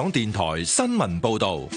港電台新聞報道。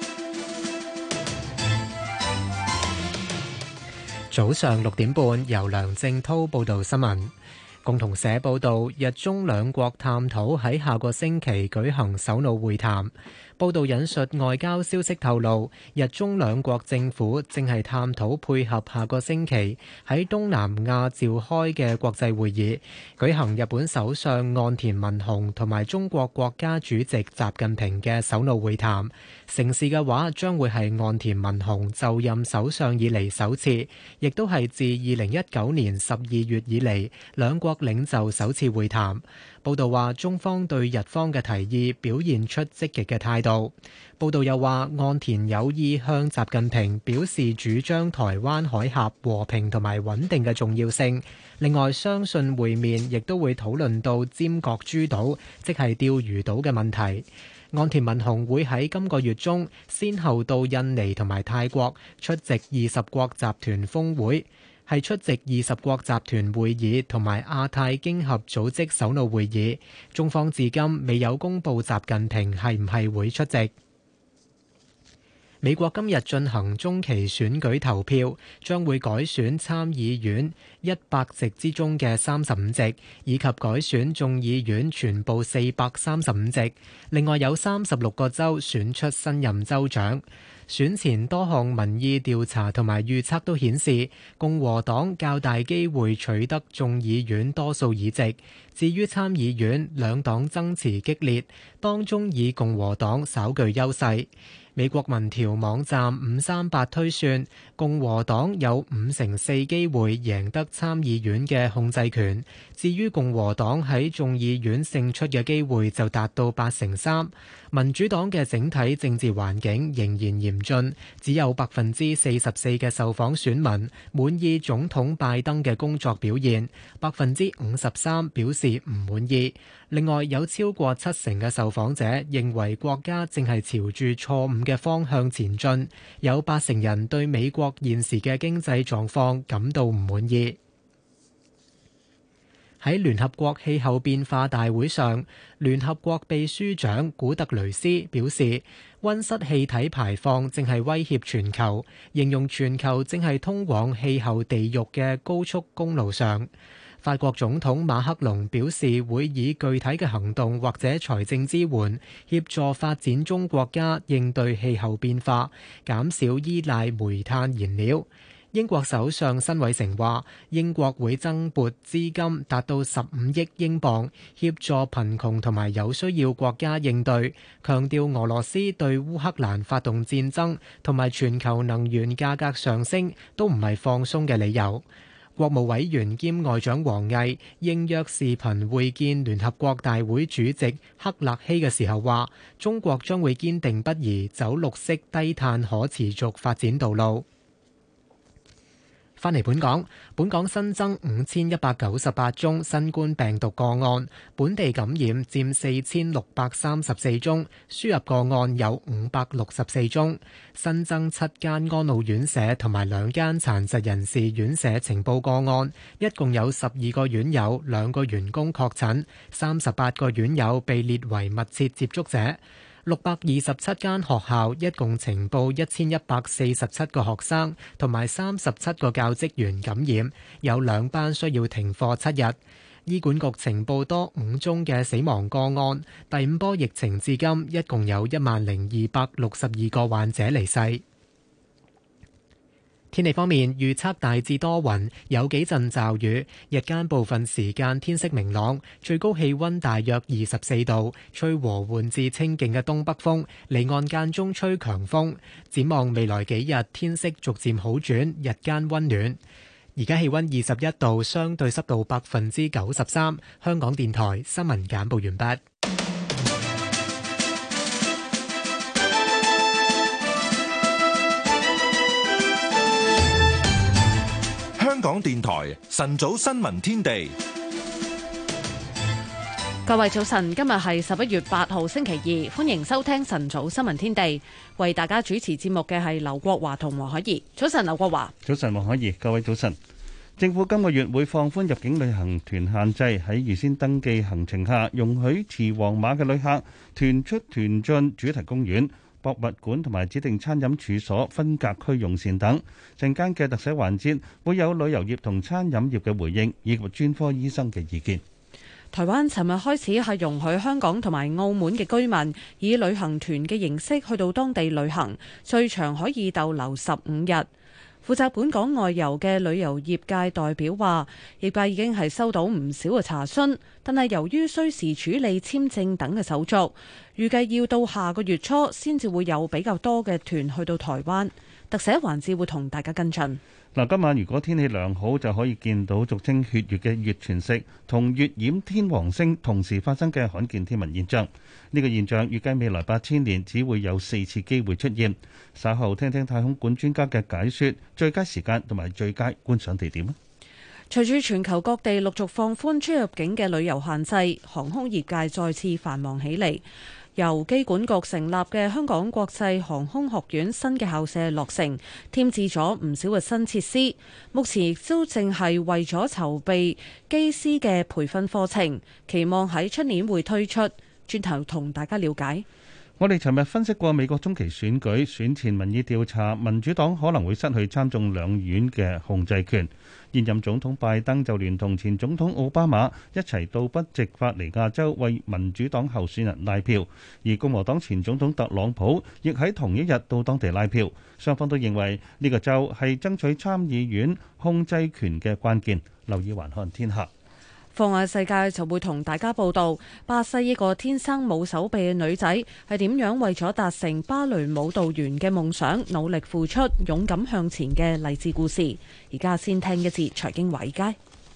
早上6點半，由梁正滔報道新聞。共同社報道，日中兩國探討喺下個星期舉行首腦會談。報道引述外交消息透露，日中兩國政府正係探討配合下個星期喺東南亞召開嘅國際會議，舉行日本首相岸田文雄同埋中國國家主席習近平嘅首腦會談。成事嘅話，將會係岸田文雄就任首相以嚟首次，亦都係自2019年12月以嚟兩國領袖首次會談。報道話，中方對日方嘅提議表現出積極嘅態度。報道又話，岸田有意向習近平表示主張台灣海峽和平同埋穩定嘅重要性。另外，相信會面亦都會討論到尖閣諸島，即係釣魚島嘅問題。岸田文雄會喺今個月中先後到印尼同埋泰國出席20國集團峰會，係出席20國集團會議同埋亞太經合組織首腦會議。中方至今未有公布習近平係唔係會出席。美國今日進行中期選舉投票，將會改選參議院100席之中嘅35席，以及改選眾議院全部435席。另外有36個州選出新任州長。選前多項民意調查同埋預測都顯示，共和黨較大機會取得眾議院多數議席。至於參議院，兩黨爭持激烈，當中以共和黨稍具優勢。美國民調網站538推算，共和黨有54%機會贏得參議院嘅控制權。至於共和黨喺眾議院勝出嘅機會就達到83%。民主黨嘅整體政治環境仍然嚴峻，只有44%嘅受訪選民滿意總統拜登嘅工作表現，53%表示唔滿意。另外有超過70%嘅受訪者認為國家正係朝住錯誤嘅方向前進，有80%人對美國現時嘅經濟狀況感到唔滿意。喺聯合國氣候變化大會上，聯合國秘書長古特雷斯表示，溫室氣體排放正係威脅全球，形容全球正係通往氣候地獄嘅高速公路上。法國總統馬克龍表示，會以具體嘅行動或者財政支援協助發展中國家應對氣候變化，減少依賴煤炭燃料。英國首相辛偉誠話，英國會增撥資金達到15億英鎊，協助貧窮同埋有需要國家應對，強調俄羅斯對烏克蘭發動戰爭同埋全球能源價格上升都唔係放鬆嘅理由。國務委員兼外長王毅應約視頻會見聯合國大會主席克勒希嘅時候話，中國將會堅定不移走綠色低碳可持續發展道路。返嚟本港新增5198宗新冠病毒個案，本地感染佔4634宗，輸入個案有564宗。新增7間安老院舍同埋2間殘疾人士院舍呈報個案，一共有12個院友、2個員工確診，38個院友被列為密切接觸者。627間學校一共呈報1147個學生同埋37個教職員感染，有2班需要停課7日。醫管局呈報多5宗嘅死亡個案，第5波疫情至今一共有10,262個患者離世。天氣方面，預測大致多雲，有幾陣驟雨，日間部分時間天色明朗，最高氣溫大約24度，吹和緩至清勁嘅東北風，離岸間中吹強風。展望未來幾日，天色逐漸好轉，日間溫暖。而家氣溫21度，相對濕度93%。香港電台新聞簡報完畢。 香港電台晨早新聞天地， 各位早晨，今日係11月8號星期二，歡迎收聽晨早新聞天地。為大家主持節目嘅係劉國華同黃海怡。早晨，劉國華。 早晨，黃海怡。各位早晨。 政府今個月會放寬入境旅行團限制，喺預先登記行程下，容許持黃碼嘅旅客團出團進主題公園、博物館同埋指定餐飲處所分隔區用膳等。陣間嘅特寫環節會有旅遊業同餐飲業嘅回應，以及專科醫生嘅意見。 台灣尋日開始係容許香港同埋澳門嘅居民以旅行團嘅形式去到當地旅行，最長可以逗留15日。負責本港外遊嘅旅遊業界代表話，業界已經係收到唔少嘅查詢，但係由於需時處理簽證等嘅手續，預計要到下個月初先至會有比較多嘅團去到台灣。特寫環節會同大家跟進。 嗱，今晚如果天氣良好，就可以見到俗稱血月嘅月全食同月掩天王星同時發生嘅罕見天文現象。呢個現象預計未來8000年只會有4次機會出現。稍後聽聽太空館專家嘅解說，最佳時間同埋最佳觀賞地點。 隨住全球各地陸續放寬出入境嘅旅遊限制，航空業界再次繁忙起嚟。由機管局成立嘅香港國際航空學院新嘅校舍落成，添置咗唔少嘅新設施。目前亦都正係為咗籌備機師嘅培訓課程，期望喺出年會推出。轉頭同大家了解。 我哋尋日分析過美國中期選舉選前民意調查，民主黨可能會失去參眾兩院嘅控制權。現任總統拜登就連同前總統奧巴馬一齊到北直法尼亞州為民主黨候選人拉票，而共和黨前總統特朗普亦喺同一日到當地拉票。雙方都認為呢個州係爭取參議院控制權嘅關鍵。留意環看天下。 放眼世界就會同大家報道，巴西一個天生冇手臂嘅女仔係點樣為咗達成芭蕾舞蹈員嘅夢想，努力付出、勇敢向前嘅勵志故事。而家先聽一節財經華爾街。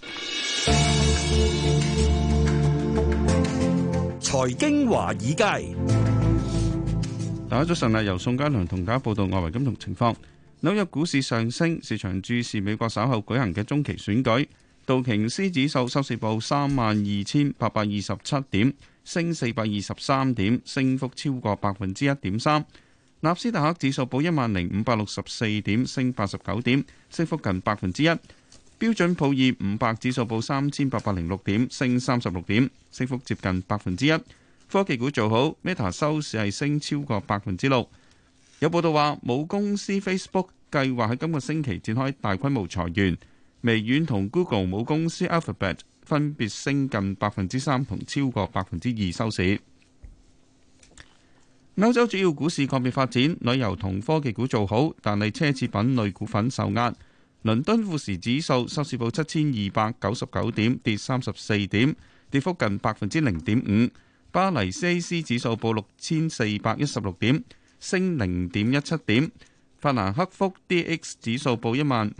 財經華爾街， 大家早晨啊！由宋嘉良同大家報道外圍金融情況。紐約股市上升，市場注視美國稍後舉行嘅中期選舉。道瓊斯指數收市報32,827點，升423點，升幅超過1.3%。納斯達克指數報10,564點，升89點，升幅近1%。標準普爾500指數報3,806點，升36點，升幅接近1%。科技股做好 ，Meta 收市係升超過6%。有報道話，母公司 Facebook 計劃喺今個星期展開大規模裁員。微軟同 Google 母公司 Alphabet 分別升近3%同超過2%收市。歐洲主要股市個別發展，旅遊同科技股做好，但係奢侈品類股份受壓。倫敦富時指數收市報7299點，跌34點，跌幅近0.5%。巴黎 CAC 指數報6416點，升0.17點。法蘭克福 DAX 指數報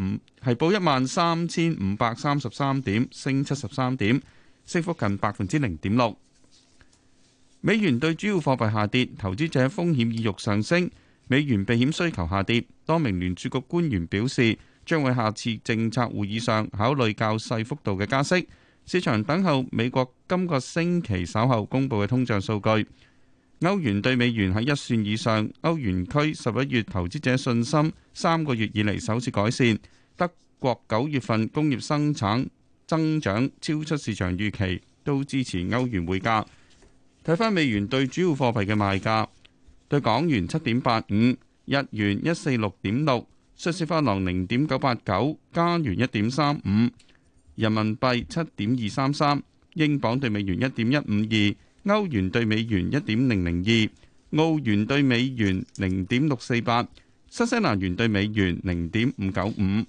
13533點，升73點，升幅近0.6%。美元對主要貨幣下跌，投資者風險意欲上升，美元避險需求下跌。多名聯儲局官員表示，將會下次政策會議上考慮較細幅度嘅加息。市場等候美國今個星期稍後公佈嘅通脹數據。歐元對美元喺1算以上，歐元區11月投資者信心3個月以嚟首次改善。德國9月份工業生產增長超出市場預期，都支持歐元匯價。睇返美元對主要貨幣嘅賣價，對港元7.85，日元146.6，瑞士法郎0.989，加元1.35，人民幣7.233，英鎊對美元1.152。歐元對美元1.002，澳元對美元0.648，新西蘭元對美元0.595。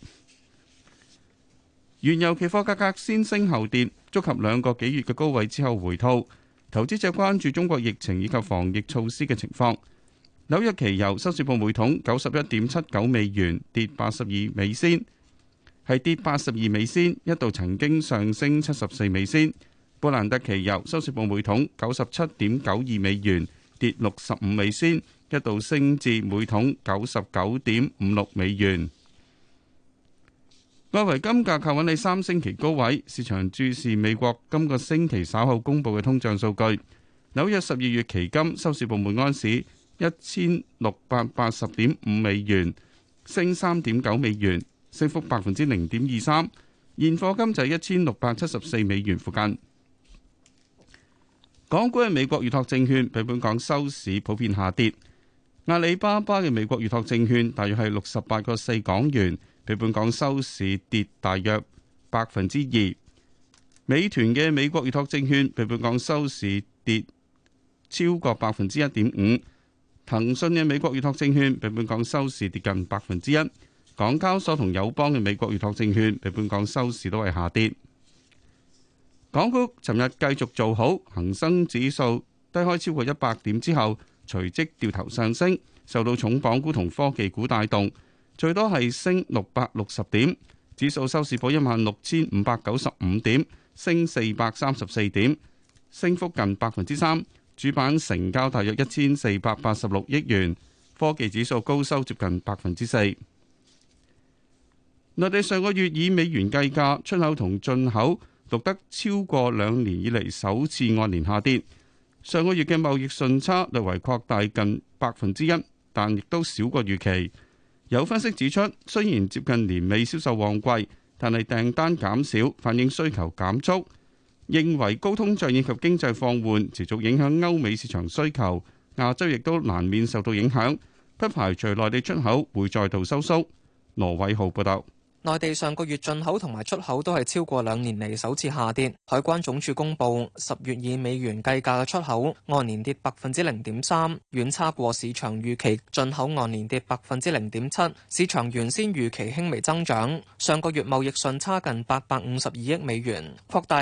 原油期貨價格先升後跌，觸及2個幾月嘅高位之後回吐。投資者關注中國疫情以及防疫措施嘅情況。紐約期油收市報每桶91.79美元，跌82美仙，係跌82美仙，一度曾經上升74美仙。布蘭特期油收市報每桶97.92美元，跌65美仙，一度升至每桶99.56美元。外圍金價靠穩喺3星期高位，市場注視美國今個星期稍後公佈嘅通脹數據。紐約12月期金收市報每安士1680.5美元，升3.9美元，升幅0.23%。 現貨金就係1674美元附近。港股嘅美國預託證券比本港收市普遍下跌。阿里巴巴嘅美國預託證券大約係68.4港元，比本港收市跌大約2%。美團嘅美國預託證券比本港收市跌超過1.5%。騰訊嘅美國預託證券比本港收市跌近1%。港交所同友邦嘅美國預託證券比本港收市都係下跌。港股尋日繼續做好，恒生指數低開超過100點之後，隨即掉頭上升，受到重磅股同科技股帶動，最多係升660點，指數收市報16,595點，升434點，升幅近3%。主板成交大約1486億元，科技指數高收接近4%。內地上個月以美元計價，出口同進口錄得超過2年以嚟首次按年下跌。上個月嘅貿易順差略為擴大近1%，但亦都少過預期。有分析指出，雖然接近年尾銷售旺季，但係訂單減少，反映需求減速。認為高通脹以及經濟放緩持續影響歐美市場需求，亞洲亦都難免受到影響，不排除內地出口會再度收縮。羅偉浩報道。 內地上個月進口同埋出口都係超過2年嚟首次下跌。海關總署公佈10月以美元計價嘅出口按年跌0.3%，遠差過市場預期；進口按年跌0.7%，市場原先預期輕微增長。上個月貿易順差近852億美元，擴大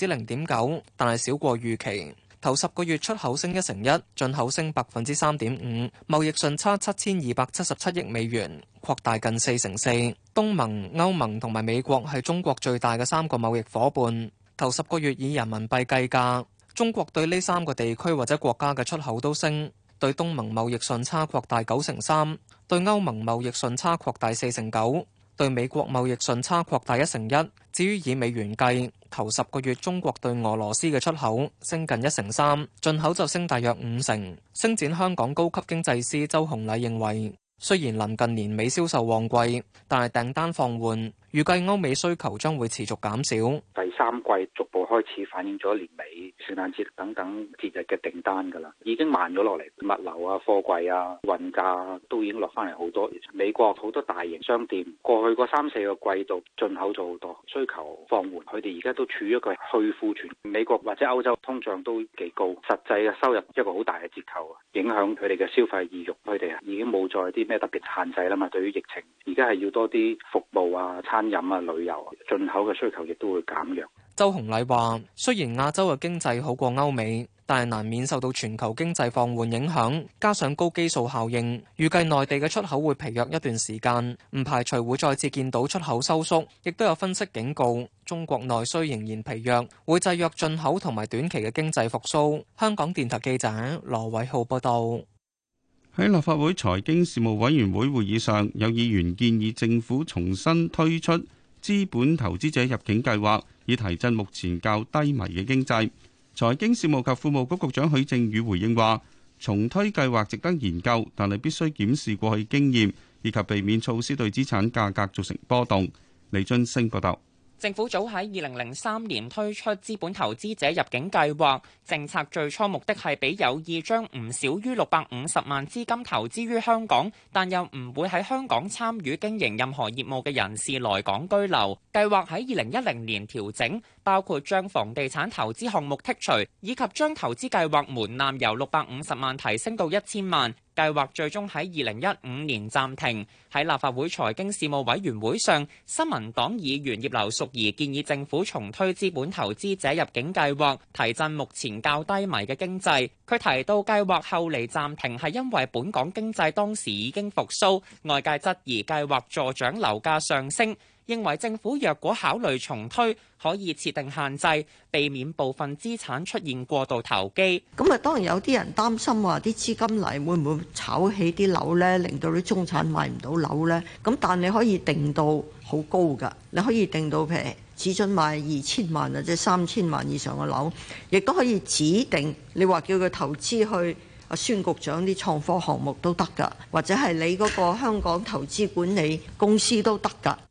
0.9%，但係少過預期。頭10個月出口升1%，進口升3.5%，貿易順差7277億美元，擴大近4%。東盟、歐盟同埋美國係中國最大嘅3個貿易夥伴。頭10個月以人民幣計價，中國對呢3個地區或者國家嘅出口都升，對東盟貿易順差擴大9.3%，對歐盟貿易順差擴大4.9%。對美國貿易順差擴大1%，至於以美元計，頭10個月中國對俄羅斯嘅出口升近1.3%，進口就升大約5%。星展香港高級經濟師周紅禮認為，雖然臨近年尾銷售旺季，但係訂單放緩，預計歐美需求將會持續減少。 第三季逐步開始反映咗年尾、聖誕節等等節日嘅訂單㗎啦，已經慢咗落嚟。物流啊、貨櫃啊、運價都已經落翻嚟好多。美國好多大型商店過去嗰3-4個季度進口咗好多，需求放緩，佢哋而家都處於一個去庫存。美國或者歐洲通脹都幾高，實際嘅收入一個好大嘅折扣啊，影響佢哋嘅消費意欲。佢哋已經冇再啲咩特別限制啦嘛。對於疫情，而家係要多啲服務啊、餐飲啊、旅遊啊，進口嘅需求亦都會減弱。 周紅禮話：雖然亞洲嘅經濟好過歐美，但係難免受到全球經濟放緩影響，加上高基數效應，預計內地嘅出口會疲弱一段時間，唔排除會再次見到出口收縮。亦都有分析警告，中國內需仍然疲弱，會制約進口同埋短期嘅經濟復甦。香港電台記者羅偉浩報道。 喺立法會財經事務委員會會議上，有議員建議政府重新推出資本投資者入境計劃，以提振目前較低迷嘅經濟。財經事務及庫務局局長許正宇回應話，重推計劃值得研究，但係必須檢視過去經驗，以及避免措施對資產價格造成波動。李津升報道。 政府早喺2003年推出資本投資者入境計劃，政策最初目的係俾有意將唔少於650萬資金投資於香港，但又唔會喺香港參與經營任何業務嘅人士來港居留。計劃喺2010年調整，包括將房地產投資項目剔除，以及將投資計劃門檻由650萬提升到1000萬。計劃最終喺2015年暫停。喺立法會財經事務委員會上，新民黨議員葉劉淑儀建議政府重推資本投資者入境計劃，提振目前較低迷嘅經濟。佢提到計劃後嚟暫停係因為本港經濟當時已經復甦，外界質疑計劃助長樓價上升。認為政府若果考慮重推，可以設定限制，避免部分資產出現過度投機。 咁啊，當然有啲人擔心話啲資金嚟會唔會炒起啲樓呢，令到啲中產買唔到樓呢？咁但你可以定到好高㗎，你可以定到譬如只准買2000萬或者3000萬以上嘅樓，亦都可以指定你話叫佢投資去孫局長啲創科項目都得㗎，或者係你嗰個香港投資管理公司都得㗎。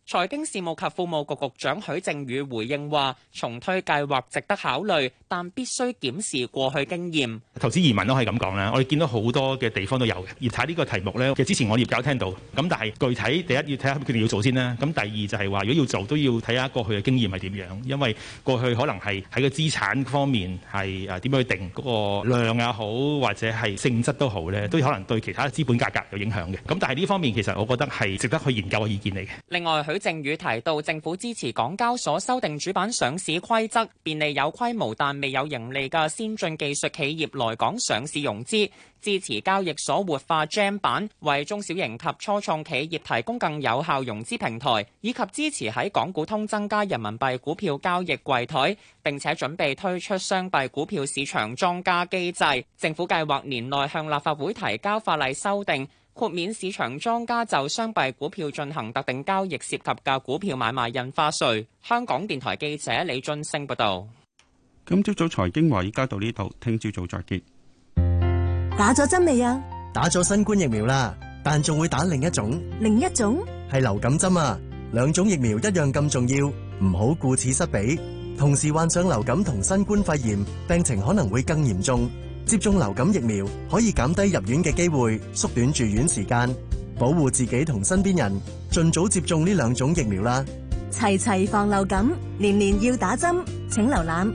財經事務及庫務局局長許正宇回應話，重推計劃值得考慮，但必須檢視過去經驗。 投資移民都可以咁講啦，我哋見到好多嘅地方都有嘅。而睇呢個題目呢，其實之前我業界有聽到，咁但係具體第一要睇下佢哋要做先啦。咁第二就係話，如果要做都要睇下過去嘅經驗係點樣，因為過去可能係喺個資產方面係點樣去定嗰個量也好，或者係性質都好呢，都可能對其他資本價格有影響嘅。咁但係呢方面其實我覺得係值得去研究嘅意見嚟嘅。 另外，許正宇提到，政府支持港交所修訂主板上市規則，便利有規模但未有盈利嘅先進技術企業來港上市融資，支持交易所活化 GEM 板，為中小型及初創企業提供更有效融資平台，以及支持喺港股通增加人民幣股票交易櫃台，並且準備推出雙幣股票市場莊家機制。政府計劃年內向立法會提交法例修訂，豁免市場莊家就雙幣股票進行特定交易涉及嘅股票買賣印花稅。香港電台記者李俊升報道。 今朝早財經華爾街到呢度，聽朝早再見。 打咗針未啊？ 打咗新冠疫苗啦，但仲會打另一種。 另一種係流感針啊！兩種疫苗一樣咁重要，唔好顧此失彼。同時患上流感同新冠肺炎，病情可能會更嚴重。接種流感疫苗可以減低入院嘅機會，縮短住院時間，保護自己同身邊人。盡早接種呢兩種疫苗啦！ 齊齊防流感，年年要打針。請瀏覽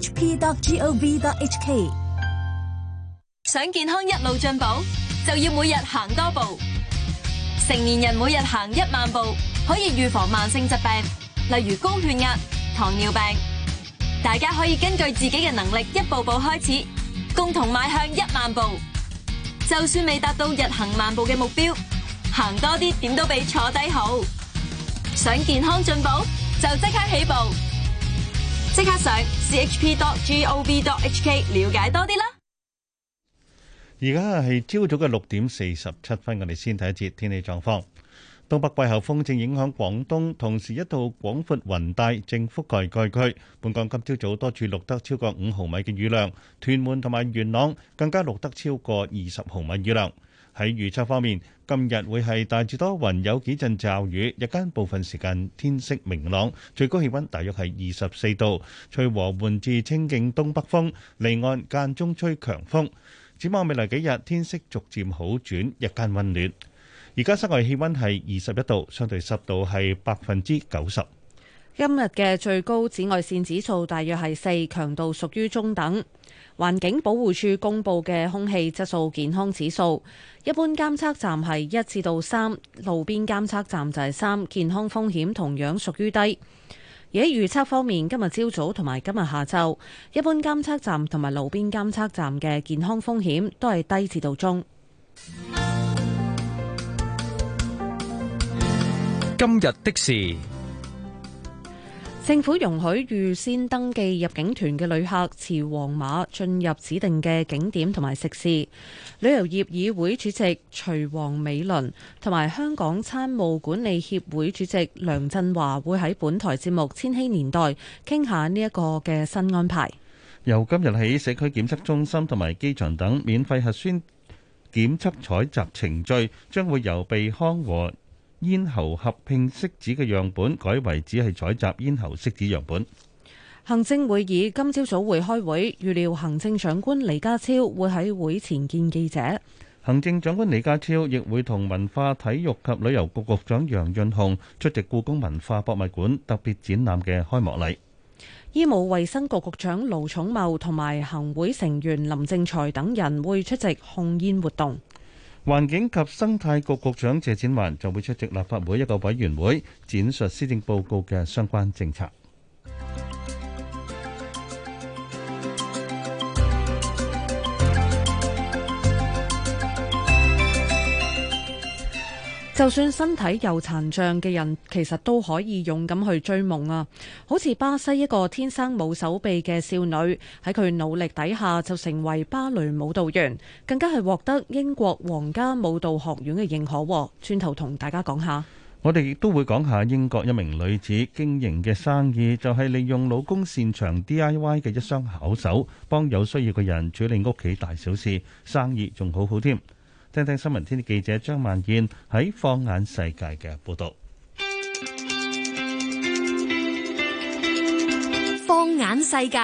chp.gov.hk。 想健康一路進步，就要每日行多步。成年人每日行1萬步，可以預防慢性疾病，例如高血壓、糖尿病。大家可以根據自己嘅能力一步步開始，共同邁向1萬步。就算未達到日行萬步嘅目標，行多啲點都比坐低好。想健康進步，就即刻起步，即刻上 chp.gov.hk 了解多啲啦。 而家係朝早嘅6:47，我哋先睇一節天氣狀況。東北季候風正影響廣東，同時一道廣闊雲帶正覆蓋該區。本港今朝早多處錄得超過5毫米嘅雨量，屯門同埋元朗更加錄得超過20毫米雨量。喺預測方面，今日會係大致多雲，有幾陣驟雨，日間部分時間天色明朗，最高氣溫大約係24度，吹和緩至清勁東北風，離岸間中吹強風。展望未來幾日，天色逐漸好轉，日間溫暖。而家室外氣溫係21度，相對濕度係90%。 今日嘅最高紫外線指數大約係4，強度屬於中等。環境保護署公布嘅空氣質素健康指數，一般監測站係1至3，路邊監測站就係3，健康風險同樣屬於低。而喺預測方面，今日朝早同埋今日下晝，一般監測站同埋路邊監測站嘅健康風險都係低至到中。 今日的事， 政府容許預先登記入境團嘅旅客持黃碼進入指定嘅景點同埋食肆。旅遊業議會主席徐王美倫同埋香港餐務管理協會主席梁振華會喺本台節目《千禧年代》傾下呢一個嘅新安排。 由今日起，社區檢測中心同埋機場等免費核酸檢測採集程序將會由鼻腔和咽喉合併拭子嘅樣本改為只係採集咽喉拭子樣本。 行政會議今朝早會開會，預料行政長官李家超會喺會前見記者。 行政長官李家超亦會同文化體育及旅遊局局長楊潤雄出席故宮文化博物館特別展覽嘅開幕禮。 醫務衛生局局長盧寵茂同埋行會成員林正財等人會出席控煙活動。 環境及生態局局長謝展寰就會出席立法會一個委員會，展述施政報告嘅相關政策。 就算身體有殘障嘅人，其實都可以勇敢去追夢啊！好似巴西一個天生冇手臂嘅少女，喺佢努力底下就成為芭蕾舞蹈員，更加係獲得英國皇家舞蹈學院嘅認可。轉頭同大家講下， 我哋亦都會講下英國一名女子經營嘅生意，就係利用老公擅長 DIY 嘅一雙巧手，幫有需要嘅人處理屋企大小事，生意仲好好添。聽聽新聞天地記者張萬燕喺放眼世界嘅報道。 眼世界。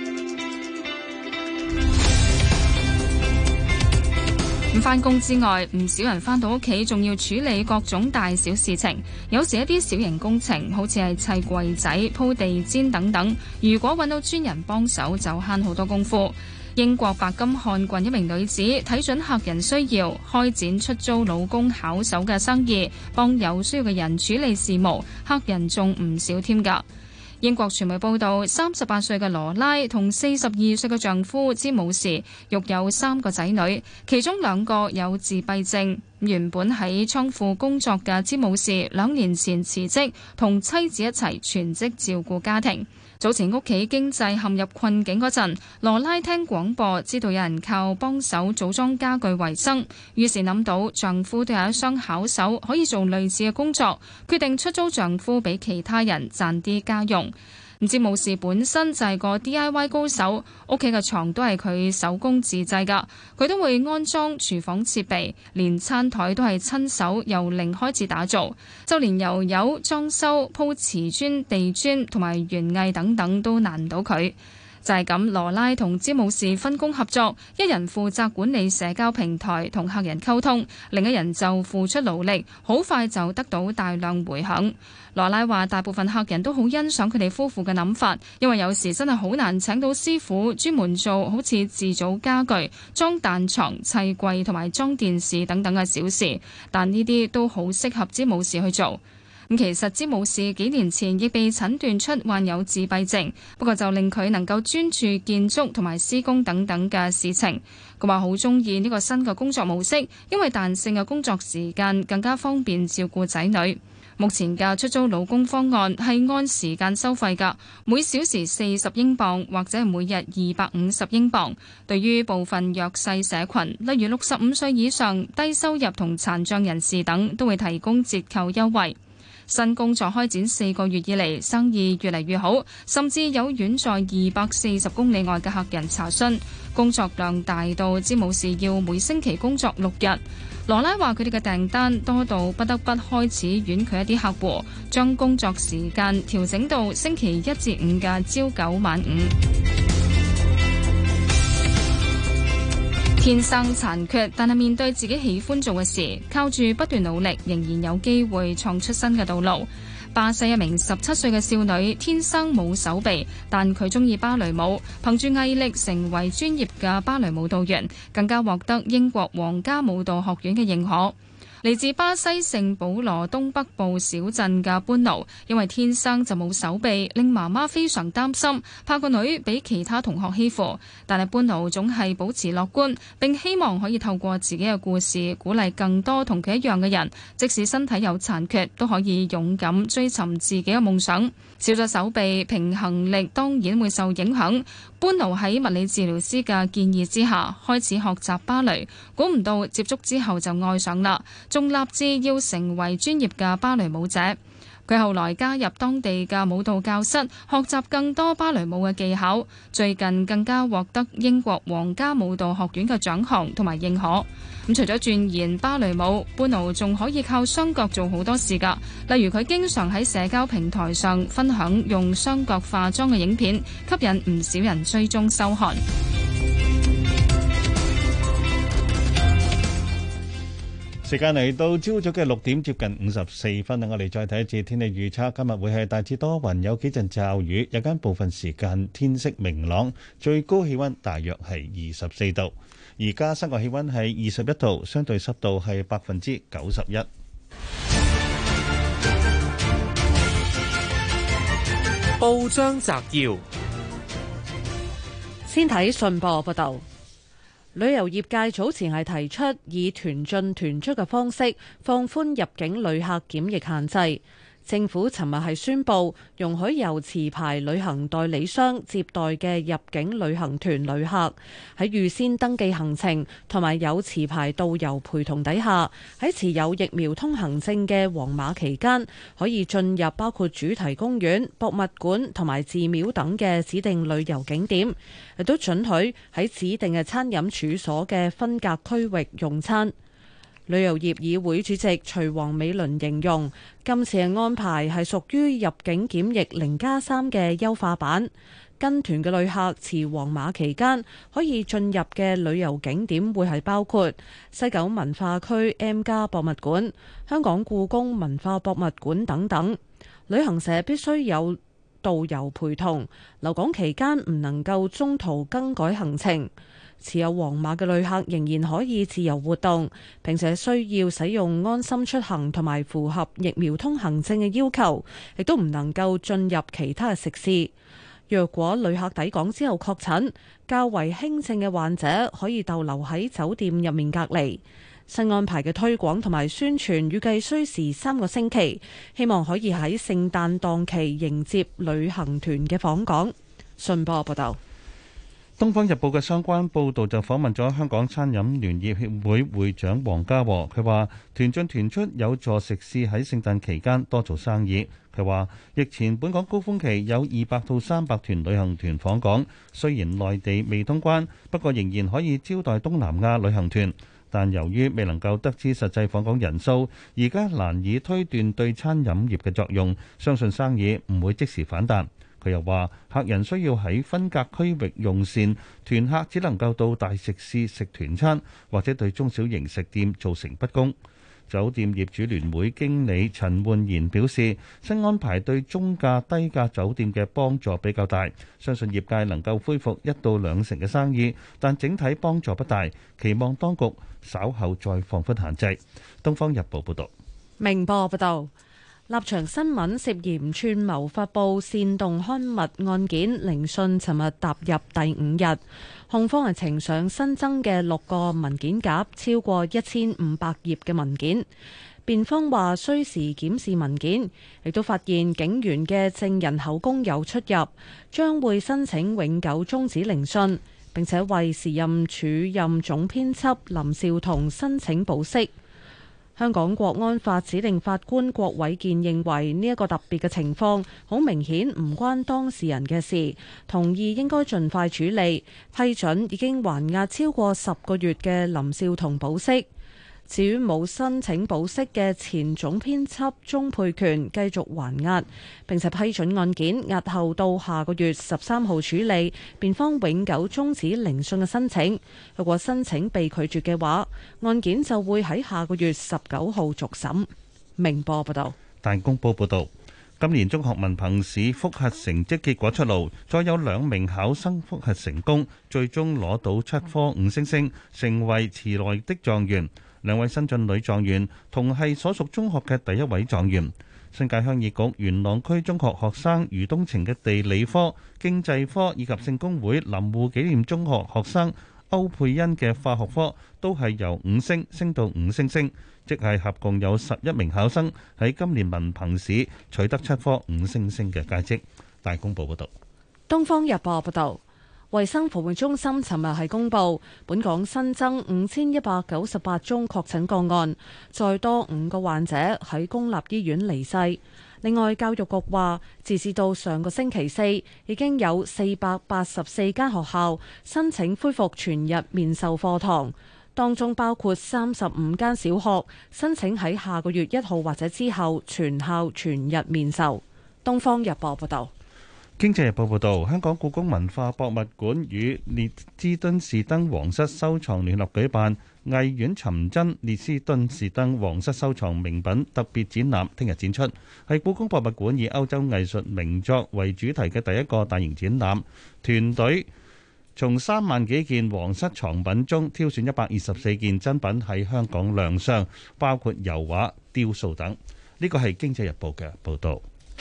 咁返工之外，唔少人返到屋企仲要處理各種大小事情，有時一啲小型工程，好似係砌櫃仔、鋪地氈等等，如果揾到專人幫手，就慳好多功夫。英國白金漢郡一名女子睇準客人需要，開展出租老公巧手嘅生意，幫有需要嘅人處理事務，客人仲唔少添㗎。英國傳媒報道，38歲嘅羅拉同42歲嘅丈夫詹姆士育有3個仔女，其中2個有自閉症。原本喺倉庫工作嘅詹姆士2年前辭職，同妻子一齊全職照顧家庭。早前屋企經濟陷入困境嗰陣，羅拉聽廣播知道有人靠幫手組裝家具為生，於是諗到丈夫都有一雙巧手，可以做類似嘅工作，決定出租丈夫俾其他人賺啲家用。詹姆士本身就係個 DIY 高手，屋企嘅床都係佢手工自製㗎，佢都會安裝廚房設備，連餐台都係親手由零開始打造，就連油油、裝修、鋪瓷磚、地磚同埋園藝等等都難唔到佢。就係咁，羅拉同詹姆士分工合作，一人負責管理社交平台同客人溝通，另一人就付出勞力，好快就得到大量回響。羅拉話大部分客人都好欣賞佢哋夫婦嘅諗法，因為有時真係好難請到師傅專門做好似自組家具、裝彈床、砌櫃同埋裝電視等等嘅小事，但呢啲都好適合詹姆士去做。其實詹姆士幾年前亦被診斷出患有自閉症，不過就令佢能夠專注建築同埋施工等等嘅事情。佢話好鍾意呢個新嘅工作模式，因為彈性嘅工作時間更加方便照顧仔女。目前嘅出租勞工方案係按時間收費㗎，每小時40英鎊或者每日250英鎊。對於部分弱勢社群，例如65歲以上、低收入同殘障人士等，都會提供折扣優惠。新工作開展4個月以嚟，生意越嚟越好，甚至有遠在240公里外嘅客人查詢。工作量大到詹姆士要每星期工作6日。羅拉話佢哋嘅訂單多到不得不開始婉拒一啲客戶，將工作時間調整到星期1至5嘅朝9晚5。天生殘缺，但係面對自己喜歡做嘅事，靠住不斷努力，仍然有機會創出新嘅道路。巴西一名17歲嘅少女天生冇手臂，但佢中意芭蕾舞，憑住毅力成為專業嘅芭蕾舞蹈員，更加獲得英國皇家舞蹈學院嘅認可。嚟自巴西聖保羅東北部小鎮嘅班奴，因為天生就冇手臂，令媽媽非常擔心，怕個女俾其他同學欺負。但係班奴總係保持樂觀，並希望可以透過自己嘅故事，鼓勵更多同佢一樣嘅人，即使身體有殘缺，都可以勇敢追尋自己嘅夢想。少咗手臂，平衡力當然會受影響。班奴喺物理治療師嘅建議之下，開始學習芭蕾，估唔到接觸之後就愛上啦，仲立志要成為專業嘅芭蕾舞者。佢後來加入當地嘅舞蹈教室，學習更多芭蕾舞嘅技巧。最近更加獲得英國皇家舞蹈學院嘅獎項同埋認可。除咗鑽研芭蕾舞，班奴仲可以靠雙腳做好多事㗎。例如佢經常喺社交平台上分享用雙腳化妝嘅影片，吸引唔少人追蹤收看。 時間嚟到朝早嘅6點接近54分啦，我哋再睇一次天氣預測。今日會係大致多雲，有幾陣驟雨，日間部分時間天色明朗，最高氣溫大約係24度。而家室外氣溫係21度，相對濕度係91%。 報章摘要， 先睇信報報道。旅遊業界早前係提出以團進團出嘅方式放寬入境旅客檢疫限制。政府尋日係宣布容許由持牌旅行代理商接待嘅入境旅行團旅客喺預先登記行程同埋有持牌導遊陪同底下，喺持有疫苗通行證嘅黃碼期間，可以進入包括主題公園、博物館同埋寺廟等嘅指定旅遊景點，亦都准許喺指定嘅餐飲處所嘅分隔區域用餐。旅遊業議會主席徐王美倫形容，今次嘅安排係屬於入境檢疫0+3嘅優化版， 跟團嘅旅客持黃碼期間可以進入嘅旅遊景點會係包括西九文化區 M+ 博物館、香港故宮文化博物館等等。旅行社必須有導遊陪同，留港期間唔能夠中途更改行程。持有黃碼嘅旅客仍然可以自由活動，並且需要使用安心出行同埋符合疫苗通行證嘅要求，亦都唔能夠進入其他嘅食肆。若果旅客抵港之後確診，較為輕症嘅患者可以逗留喺酒店入面隔離。新安排嘅推廣同埋宣傳預計需時3個星期，希望可以喺聖誕檔期迎接旅行團嘅訪港。信報報道。 《東方日報》嘅相關報導就訪問咗香港餐飲聯業協會會長黃家和，佢話團進團出有助食肆喺聖誕期間多做生意。佢話疫前本港高峰期有200到300團旅行團訪港，雖然內地未通關，不過仍然可以招待東南亞旅行團。但由於未能夠得知實際訪港人數，而家難以推斷對餐飲業嘅作用，相信生意唔會即時反彈。佢又話：客人需要喺分隔區域用膳，團客只能夠到大食肆食團餐，或者對中小型食店造成不公。酒店業主聯會經理陳煥賢表示，新安排對中價低價酒店嘅幫助比較大，相信業界能夠恢復1到2成嘅生意，但整體幫助不大，期望當局稍後再放寬限制。《東方日報》報道。 明報報道。立場新聞涉嫌串謀發布煽動刊物案件聆訊，尋日踏入第5日，控方係呈上新增嘅6個文件夾，超過1500頁嘅文件。辯方話需時檢視文件，亦都發現警員嘅證人口供有出入，將會申請永久終止聆訊，並且為時任署任總編輯林紹桐申請保釋。香港國安法指定法官郭偉健認為呢一個特別嘅情況好明顯唔關當事人嘅事，同意應該盡快處理，批准已經還押超過10個月嘅林紹桐保釋。至於冇申請保釋嘅前總編輯鍾沛權繼續還押，並且批准案件押後到下個月13號處理，辯方永久終止聆訊嘅申請。如果申請被拒絕嘅話，案件就會喺下個月19號續審。明報報道。 大公報報道，今年中學文憑試複核成績結果出爐，再有2名考生複核成功，最終攞到7科5星星，成為遲來的狀元。2位新晉女狀元同係所屬中學嘅第1位狀元。新界鄉議局元朗區中學學生余東晴嘅地理科、經濟科以及聖公會林護紀念中學學生歐佩欣嘅化學科都係由5星升到5星星，即係合共有11名考生喺今年文憑試取得7科5星星嘅佳績。大公報報道。 東方日報報道。衛生防護中心尋日係公布，本港新增5198宗確診個案，再多5個患者喺公立醫院離世。另外，教育局話，截至到上個星期四，已經有484間學校申請恢復全日面授課堂，當中包括35間小學申請喺下個月1號或者之後全校全日面授。東方日報報道。 經濟日報報導，香港故宮文化博物館與列支敦士登皇室收藏聯合舉辦藝苑尋真列支敦士登皇室收藏名品特別展覽，聽日展出，係故宮博物館以歐洲藝術名作為主題嘅第一個大型展覽。團隊從3萬幾件皇室藏品中挑選124件珍品喺香港亮相，包括油畫、雕塑等。呢個係經濟日報嘅報導。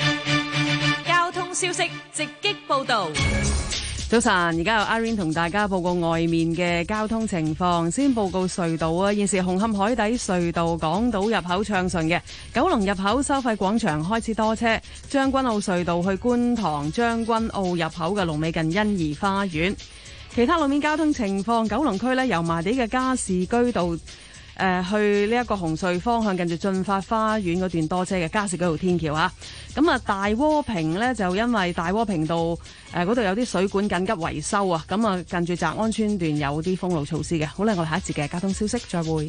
消息直擊報道。 早晨，而家由阿 Rain 同大家報告外面嘅交通情況。先報告隧道啊，現時紅磡海底隧道港島入口暢順嘅，九龍入口收費廣場開始多車，將軍澳隧道去觀塘將軍澳入口嘅龍尾近欣怡花園。其他路面交通情況，九龍區呢，油麻地嘅加士居道去呢一個紅隧方向，近住駿發花園嗰段多車嘅加士居道天橋啊。咁啊，大窩坪呢，就因為大窩坪道嗰度有啲水管緊急維修啊，咁啊近住澤安村段有啲封路措施嘅。好啦，我哋下一節嘅交通消息再會。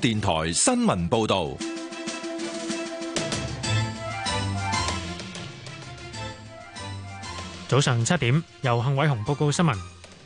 電台新聞報道。 早上7點，由幸偉雄報告新聞。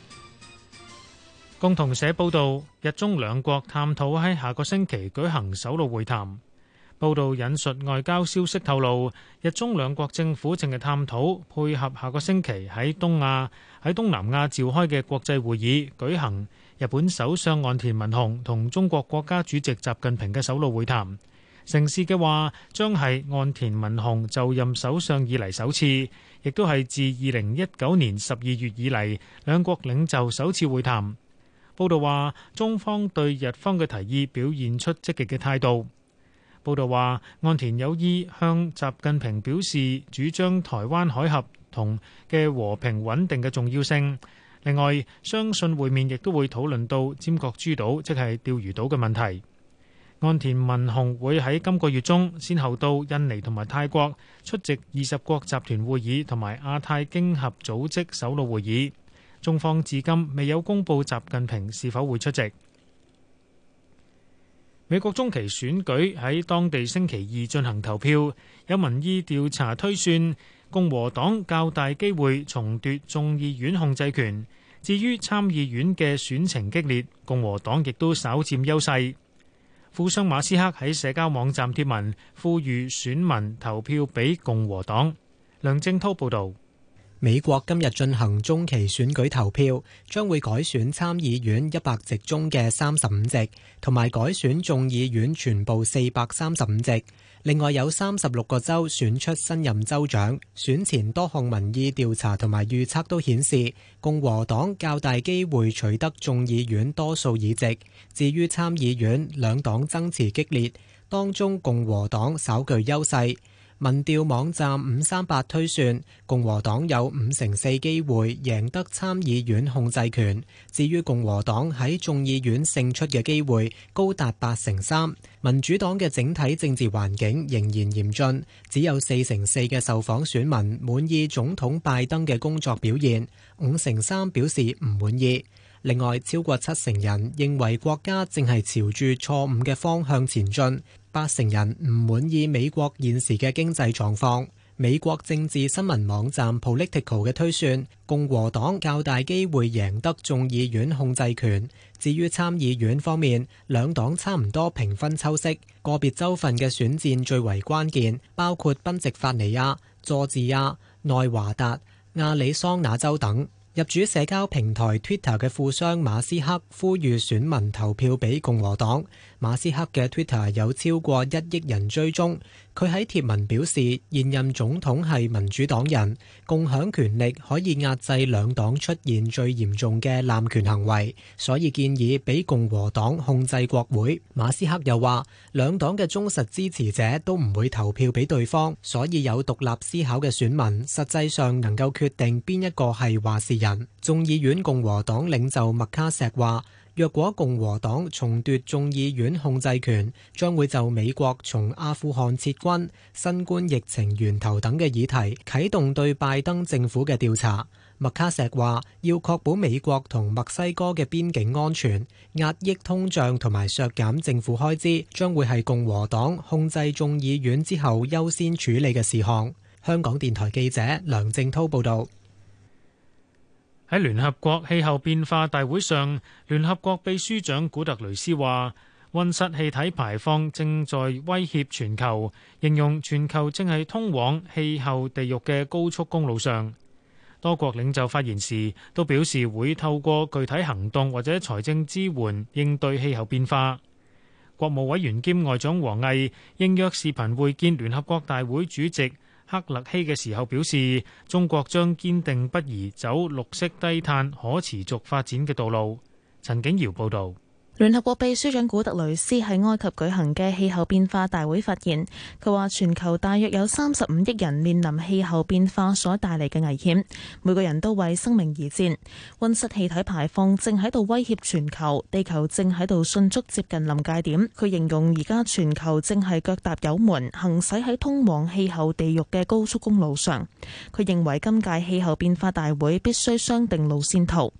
共同社報道，日中兩國探討喺下個星期舉行首腦會談。報道引述外交消息透露，日中兩國政府正係探討配合下個星期喺東南亞召開嘅國際會議舉行日本首相岸田文雄同中國國家主席習近平嘅首腦會談。成事嘅話，將係岸田文雄就任首相以嚟首次，亦都係自2019年12月以嚟兩國領袖首次會談。報道話，中方對日方嘅提議表現出積極嘅態度。報道話，岸田有意向習近平表示主張台灣海峽同嘅和平穩定嘅重要性。另外，相信會面亦都會討論到尖閣諸島，即係釣魚島嘅問題。岸田文雄會喺今個月中先後到印尼同埋泰國出席20國集團會議同埋亞太經合組織首腦會議。中方至今未有公布習近平是否會出席。美國中期選舉喺當地星期二進行投票，有民意調查推算共和黨較大機會重奪眾議院控制權。至於參議院嘅選情激烈，共和黨亦都稍佔優勢。富商馬斯克喺社交網站貼文，呼籲選民投票俾共和黨。梁正滔報導。 美國今日進行中期選舉投票，將會改選參議院100席中嘅35席，同埋改選眾議院全部435席。另外有36個州選出新任州長。選前多項民意調查同埋預測都顯示，共和黨較大機會取得眾議院多數議席。至於參議院，兩黨爭持激烈，當中共和黨稍具優勢。民調網站538推算，共和黨有54%機會贏得參議院控制權。至於共和黨喺眾議院勝出嘅機會高達83%。民主黨嘅整體政治環境仍然嚴峻，只有4%嘅受訪選民滿意總統拜登嘅工作表現，5%表示唔滿意。另外，超過70%人認為國家正係朝住錯誤嘅方向前進，8%人唔滿意美國現時嘅經濟狀況。美國政治新聞網站 Political 嘅推算，共和黨較大機會贏得眾議院控制權。至於參議院方面，兩黨差唔多平分秋色，個別州份嘅選戰最為關鍵，包括賓夕法尼亞、佐治亞、內華達、亞利桑那州等。入主社交平台 Twitter 嘅富商馬斯克呼籲選民投票俾共和黨。馬斯克嘅 Twitter 有超過1億人追蹤。佢喺貼文表示，現任總統係民主黨人，共享權力可以壓制兩黨出現最嚴重嘅濫權行為，所以建議俾共和黨控制國會。馬斯克又話，兩黨嘅忠實支持者都唔會投票俾對方，所以有獨立思考嘅選民實際上能夠決定邊一個係話事人。眾議院共和黨領袖麥卡錫話，若果共和黨重奪眾議院控制權，將會就美國從阿富汗撤軍、新冠疫情源頭等嘅議題啟動對拜登政府嘅調查。麥卡錫話，要確保美國同墨西哥嘅邊境安全、壓抑通脹同埋削減政府開支，將會係共和黨控制眾議院之後優先處理嘅事項。香港電台記者梁正滔報導。 喺聯合國氣候變化大會上，聯合國秘書長古特雷斯話，溫室氣體排放正在威脅全球，形容全球正係通往氣候地獄嘅高速公路上。多國領袖發言時都表示會透過具體行動或者財政支援應對氣候變化。國務委員兼外長王毅應約視頻會見聯合國大會主席克勒希嘅時候表示，中國將堅定不移走綠色低碳可持續發展嘅道路。陳景堯報道。 聯合國秘書長古特雷斯喺埃及舉行嘅氣候變化大會發言，佢話全球大約有35億人面臨氣候變化所帶嚟嘅危險，每個人都為生命而戰。溫室氣體排放正喺度威脅全球，地球正喺度迅速接近臨界點。佢形容而家全球正係腳踏油門，行駛喺通往氣候地獄嘅高速公路上。佢認為今屆氣候變化大會必須商定路線圖。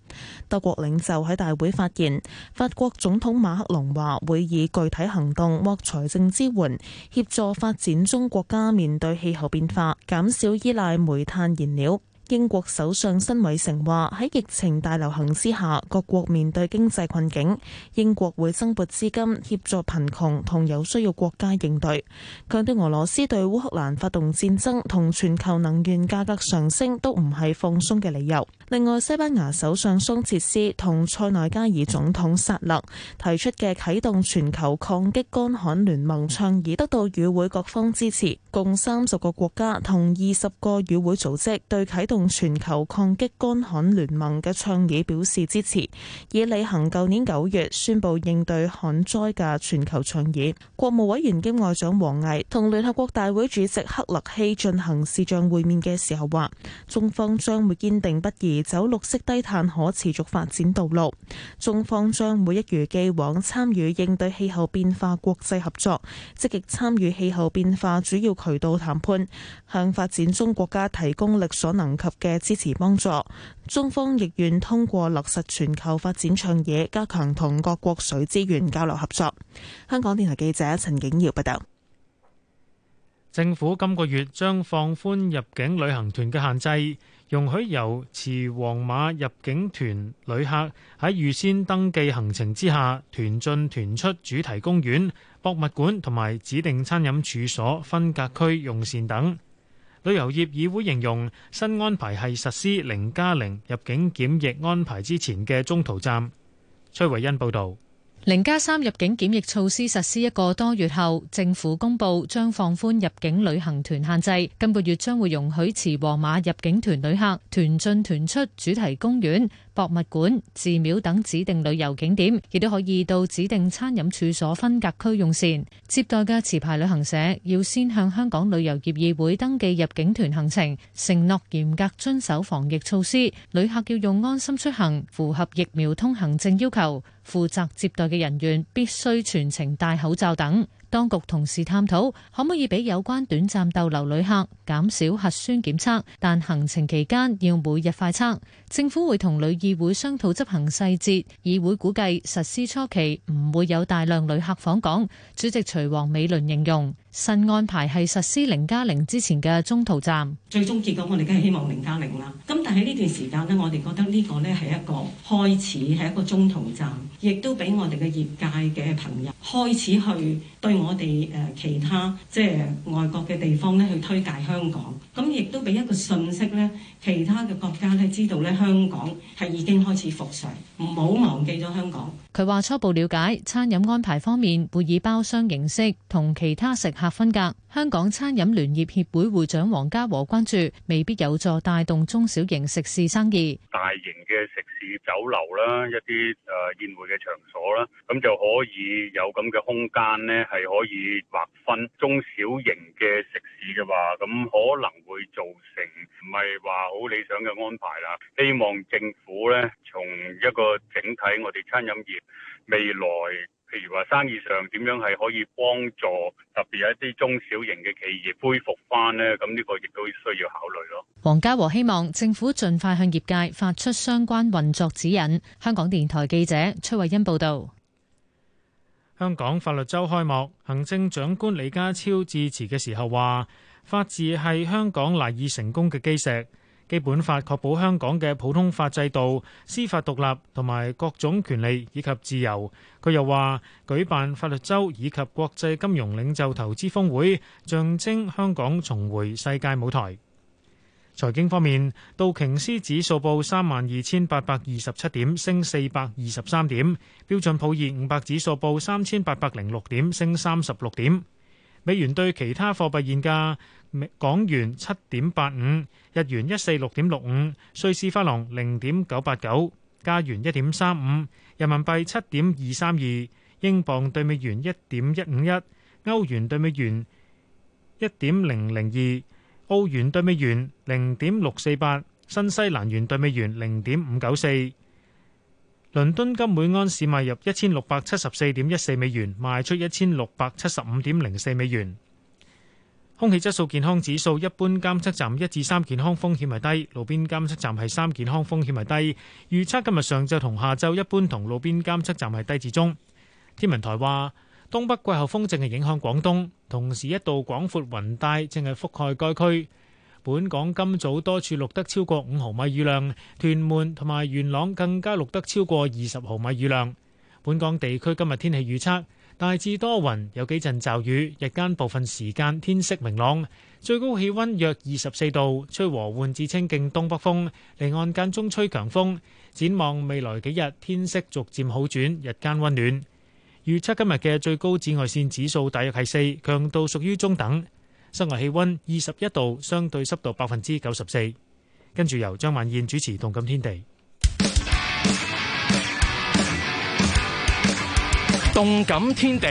多國領袖喺大會發言，法國總統馬克龍話會以具體行動或財政支援協助發展中國家面對氣候變化，減少依賴煤炭燃料。英國首相辛偉誠話喺疫情大流行之下，各國面對經濟困境，英國會增撥資金協助貧窮同有需要國家應對，強調俄羅斯對烏克蘭發動戰爭同全球能源價格上升都唔係放鬆嘅理由。另外，西班牙首相桑切斯同塞內加爾總統薩勒提出嘅啟動全球抗擊乾旱聯盟倡議得到與會各方支持，共30個國家同20個與會組織對啟動全球抗擊乾旱聯盟嘅倡議表示支持，以履行舊年9月宣布應對旱災嘅全球倡議。國務委員兼外長王毅同聯合國大會主席克勒希進行視像會面嘅時候話，中方將會堅定不移走綠色低碳可持續發展道路，中方將會一如既往參與應對氣候變化國際合作，積極參與氣候變化主要渠道談判，向發展中國家提供力所能及嘅支持幫助。中方亦願通過落實全球發展倡議，加強同各國水資源交流合作。香港電台記者陳景瑤報道。 政府今個月將放寬入境旅行團嘅限制，容許由持黃碼入境團旅客喺預先登記行程之下，團進團出主題公園、博物館同埋指定餐飲處所分隔區用膳等。旅遊業議會形容新安排係實施0+0入境檢疫安排之前嘅中途站。崔慧欣報導。 0+3入境檢疫措施實施1個多月後，政府公布將放寬入境旅行團限制，今個月將會容許持黃碼入境團旅客團進團出主題公園、博物館、寺廟等指定旅遊景點，亦都可以到指定餐飲處所分隔區用膳。接待嘅持牌旅行社要先向香港旅遊業議會登記入境團行程，承諾嚴格遵守防疫措施。旅客要用安心出行，符合疫苗通行證要求。負責接待嘅人員必須全程戴口罩等。當局同時探討可唔可以俾有關短暫逗留旅客減少核酸檢測，但行程期間要每日快測。政府會同旅議會商討執行細節，議會估計實施初期唔會有大量旅客訪港。主席徐王美倫形容新安排係實施0+0之前嘅中途站。 最終結果我哋梗係希望0+0啦。咁但係呢段時間呢，我哋覺得呢個呢係一個開始，係一個中途站，亦都俾我哋嘅業界嘅朋友開始去對我哋其他即係外國嘅地方咧去推介香港。咁亦都俾一個訊息咧，其他嘅國家咧知道咧香港係已經開始復常，唔好忘記咗香港。 佢話初步了解餐飲安排方面會以包廂形式同其他食客分隔。香港餐飲聯業協會會長黃家和關注未必有助帶動中小型食肆生意。 大型嘅食肆、酒樓啦，一啲宴會嘅場所啦，咁就可以有咁嘅空間呢，係可以劃分中小型嘅食肆嘅話，咁可能會造成唔係話好理想嘅安排啦。希望政府呢，從一個整體我哋餐飲業未來，譬如話生意上點樣係可以幫助特別一啲中小型嘅企業恢復翻呢？咁呢個亦都需要考慮咯。 黃家和希望政府盡快向業界發出相關運作指引。香港電台記者崔慧欣報道。 香港法律週開幕，行政長官李家超致辭嘅時候話：法治係香港賴以成功嘅基石。基本法確保香港嘅普通法制度、司法獨立同埋各種權利以及自由。佢又話，舉辦法律週以及國際金融領袖投資峰會，象徵香港重回世界舞台。財經方面，道瓊斯指數報32,827點，升423點；標準普爾500指數報3,806點，升36點。美元對其他貨幣現價：港元7.85，日元146.65，瑞士法郎0.989，加元1.35，人民幣7.232，英鎊對美元1.151，歐元對美元1.002，澳元對美元0.648，新西蘭元對美元0.594。倫敦金每安士賣入1674.14美元，賣出1675.04美元。 空氣質素健康指數，一般監測站1至3健康風險係低，路邊監測站係3健康風險係低。預測今日上晝同下晝一般同路邊監測站係低至中。天文台話，東北季候風正係影響廣東，同時一道廣闊雲帶正係覆蓋該區。本港今早多處錄得超過5毫米雨量，屯門同埋元朗更加錄得超過20毫米雨量。本港地區今日天氣預測，大致多雲，有幾陣驟雨，日間部分時間天色明朗，最高氣溫約24度，吹和緩至清勁東北風，離岸間中吹強風。展望未來幾日，天色逐漸好轉，日間溫暖。預測今日嘅最高紫外線指數大約係4，強度屬於中等。室外氣溫21度，相對濕度94%。跟住由張曼燕主持《動感天地》。 動感天地，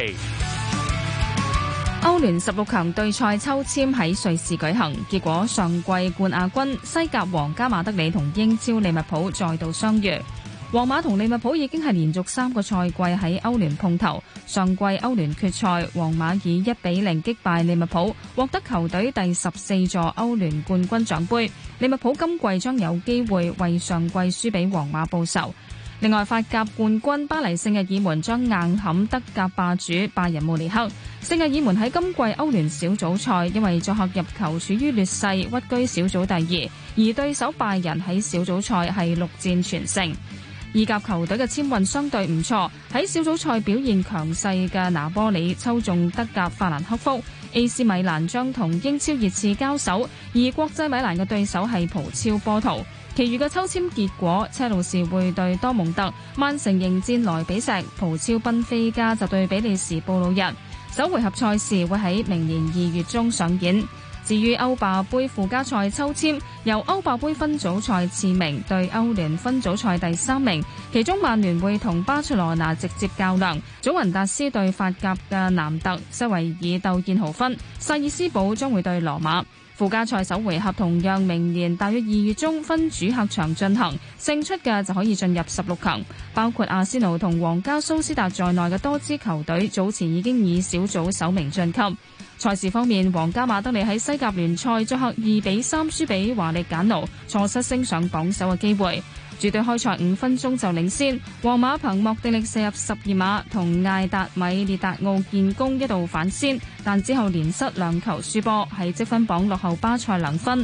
歐聯16強對賽抽籤喺瑞士舉行，結果上季冠亞軍西甲皇家馬德里同英超利物浦再度相遇。皇馬同利物浦已經係連續3個賽季喺歐聯碰頭，上季歐聯決賽，皇馬以1-0擊敗利物浦，獲得球隊第14座歐聯冠軍獎盃。利物浦今季將有機會為上季輸俾皇馬報仇。另外，法甲冠軍巴黎聖日耳門將硬撼德甲霸主拜仁慕尼黑。聖日耳門喺今季歐聯小組賽因為作客入球處於劣勢，屈居小組第2，而對手拜仁喺小組賽係6戰全勝。意甲球隊嘅簽運相對唔錯，喺小組賽表現強勢嘅拿波里抽中德甲法蘭克福。AC 米蘭將同英超熱刺交手，而國際米蘭嘅對手係葡超波圖。其餘嘅抽籤結果，車路士會對多蒙特，曼城迎戰萊比錫，葡超賓菲加就對比利時布魯日。首回合賽事會喺明年2月中上演。至於歐霸盃附加賽抽籤，由歐霸盃分組賽次名對歐聯分組賽第3名，其中曼聯會同巴塞羅那直接較量，祖雲達斯對法甲嘅南特，西維爾鬥燕豪芬，薩爾斯堡將會對羅馬。附加賽首回合同樣明年大約2月中分主客場進行，勝出嘅就可以進入16強，包括阿仙奴同皇家蘇斯達在內嘅多支球隊早前已經以小組首名晉級。賽事方面，皇家馬德里喺西甲聯賽作客2-3輸俾華力簡奴，錯失升上榜首嘅機會。主隊開賽5分鐘就領先，皇馬憑莫迪力射入12碼，同艾達米列達奧建功一度反先，但之後連失2球輸波，喺積分榜落後巴塞2分。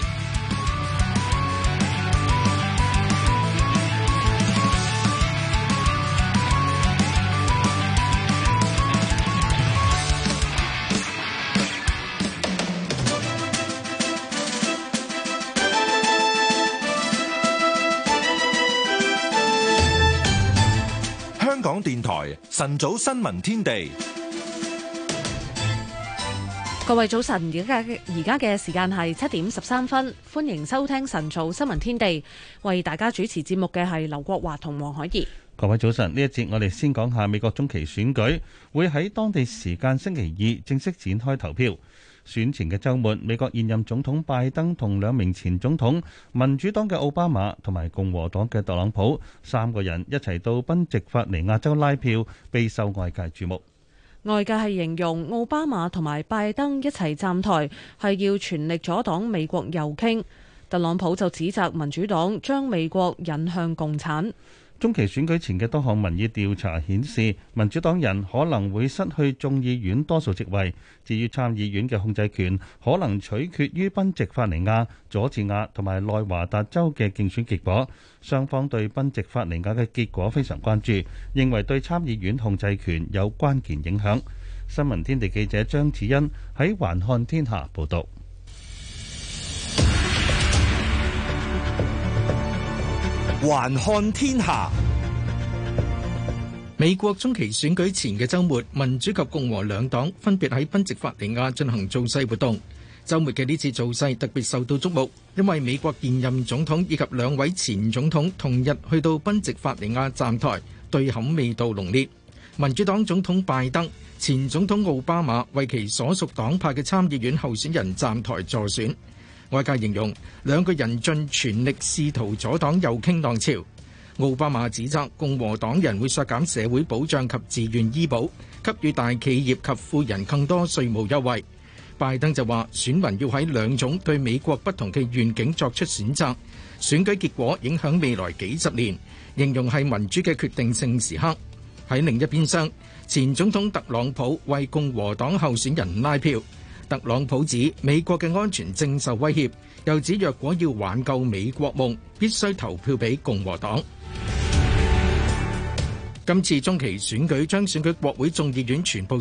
香港電台晨早新聞天地， 各位早晨，而家嘅時間係7點13分，歡迎收聽晨早新聞天地，為大家主持節目嘅係劉國華同黃海怡。 各位早晨，呢一節我哋先講下美國中期選舉會喺當地時間星期2正式展開投票。選前嘅週末，美國現任總統拜登同2名前總統，民主黨嘅奧巴馬同埋共和黨嘅特朗普3個人一齊到賓夕法尼亞州拉票，備受外界注目。 外界係形容奧巴馬同埋拜登一齊站台係要全力阻擋美國右傾，特朗普就指責民主黨將美國引向共產。 中期選舉前嘅多項民意調查顯示，民主黨人可能會失去眾議院多數席位。至於參議院嘅控制權，可能取決於賓夕法尼亞、佐治亞同埋內華達州嘅競選結果。雙方對賓夕法尼亞嘅結果非常關注，認為對參議院控制權有關鍵影響。新聞天地記者張子欣喺環看天下報道。 環看天下，美國中期選舉前嘅週末，民主及共和兩黨分別喺賓夕法尼亞進行造勢活動。週末嘅呢次造勢特別受到矚目，因為美國現任總統以及2位前總統同日去到賓夕法尼亞站台，對撼味道濃烈。民主黨總統拜登、前總統奧巴馬為其所屬黨派嘅參議院候選人站台助選。外界形容2個人盡全力試圖阻擋右傾浪潮。奧巴馬指責共和黨人會削減社會保障及自願醫保，給予大企業及富人更多稅務優惠。 拜登就話選民要喺兩種對美國不同嘅願景作出選擇，選舉結果影響未來幾十年，形容係民主嘅決定性時刻。喺另一邊廂，前總統特朗普為共和黨候選人拉票。特朗普指美國嘅安全正受威脅，又指若果要挽救美國夢，必須投票俾共和黨。今次中期選舉將選舉國會眾議院全部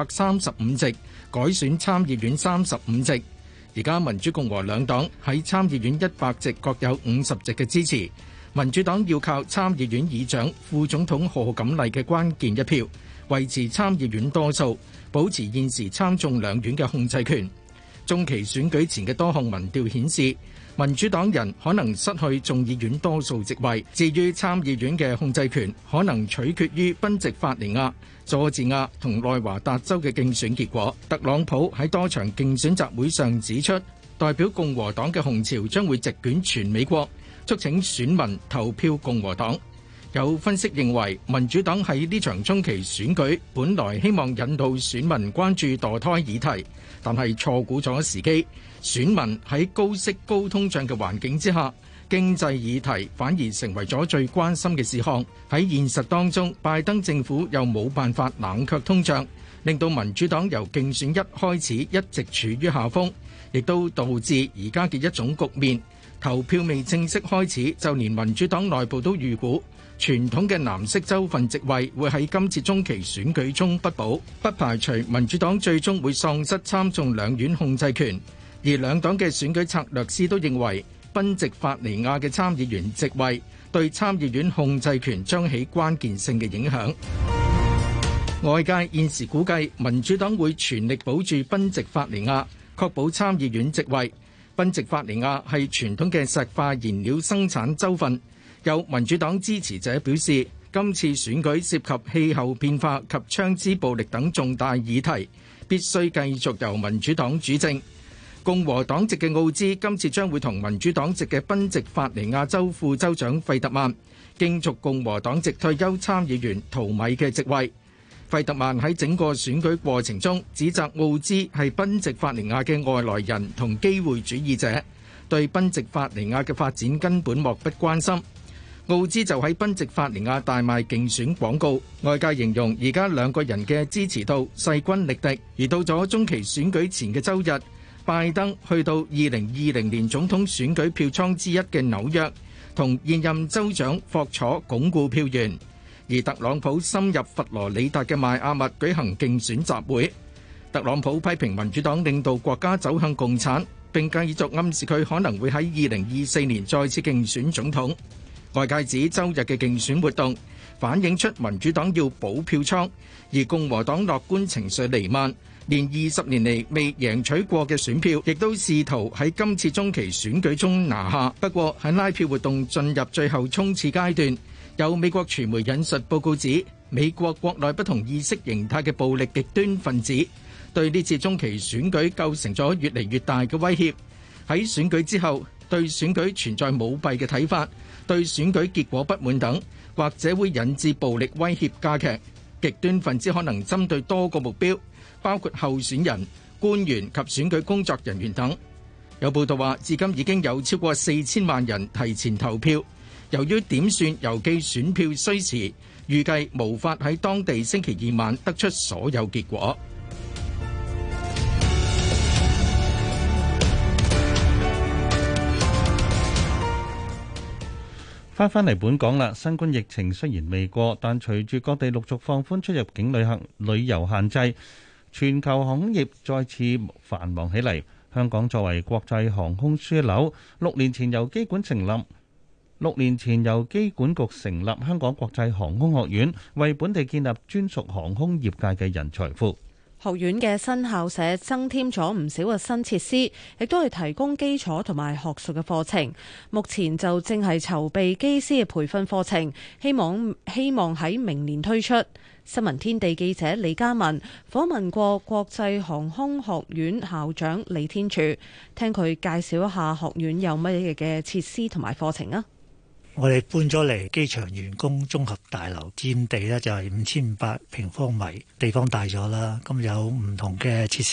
435席，改選參議院35席。而家民主共和兩黨喺參議院100席各有50席嘅支持，民主黨要靠參議院議長、副總統賀錦麗嘅關鍵一票，維持參議院多數，保持現時參眾兩院嘅控制權。中期選舉前嘅多項民調顯示，民主黨人可能失去眾議院多數席位，至於參議院嘅控制權，可能取決於賓夕法尼亞、佐治亞同內華達州嘅競選結果。特朗普喺多場競選集會上指出，代表共和黨嘅紅潮將會席捲全美國，促請選民投票共和黨。有分析認為，民主黨喺呢場中期選舉本來希望引導選民關注墮胎議題，但係錯估咗時機。選民喺高息高通脹嘅環境之下，經濟議題反而成為咗最關心嘅事項。喺現實當中，拜登政府又冇辦法冷卻通脹，令到民主黨由競選一開始一直處於下風，亦都導致而家嘅一種局面。投票未正式開始，就連民主黨內部都預估傳統嘅藍色州份席位會喺今次中期選舉中不保，不排除民主黨最終會喪失參眾兩院控制權。而兩黨嘅選舉策略師都認為，賓夕法尼亞嘅參議員席位對參議院控制權將起關鍵性嘅影響。外界現時估計，民主黨會全力保住賓夕法尼亞，確保參議院席位。賓夕法尼亞係傳統嘅石化燃料生產州份。有民主黨支持者表示，今次選舉涉及氣候變化及槍支暴力等重大議題，必須繼續由民主黨主政。共和黨籍嘅奧茲今次將會同民主黨籍嘅賓夕法尼亞州副州長費特曼競逐共和黨籍退休參議員圖米嘅席位。費特曼喺整個選舉過程中指責奧茲係賓夕法尼亞嘅外來人同機會主義者，對賓夕法尼亞嘅發展根本漠不關心。奧茲就喺賓夕法尼亞大賣競選廣告，外界形容而家兩個人嘅支持度勢均力敵。而到咗中期選舉前嘅週日，拜登去到2020年總統選舉票倉之一嘅紐約，同現任州長霍楚鞏固票源。而特朗普深入佛羅里達嘅邁阿密舉行競選集會。特朗普批評民主黨領導國家走向共產，並繼續暗示佢可能會喺2024年再次競選總統。外界指周日嘅競選活動反映出民主黨要保票倉，而共和黨樂觀情緒彌漫，連20年嚟未贏取過嘅選票，亦都試圖喺今次中期選舉中拿下。不過喺拉票活動進入最後衝刺階段，有美國傳媒引述報告指，美國國內不同意識形態嘅暴力極端分子對呢次中期選舉構成咗越嚟越大嘅威脅。喺選舉之後，對選舉存在舞弊嘅睇法，對選舉結果不滿等，或者會引致暴力威脅加劇。極端分子可能針對多個目標，包括候選人、官員及選舉工作人員等。有報道話，至今已經有超過4000萬人提前投票。由於點算郵寄選票需時，預計無法喺當地星期二晚得出所有結果。 翻嚟本港啦，新冠疫情雖然未過，但隨住各地陸續放寬出入境旅遊限制，全球航空業再次繁忙起嚟。香港作為國際航空樞紐，6年前由機管局成立香港國際航空學院，為本地建立專屬航空業界嘅人才庫。 學院嘅新校舍增添咗唔少嘅新設施，亦都係提供基礎同埋學術嘅課程。目前就正係籌備機師嘅培訓課程，希望喺明年推出。新聞天地記者李嘉文訪問過國際航空學院校長李天柱，聽佢介紹一下學院有乜嘢嘅設施同埋課程啊。 我哋搬咗嚟機場員工綜合大樓，佔地呢就係5500平方米，地方大咗啦。咁有唔同嘅設施，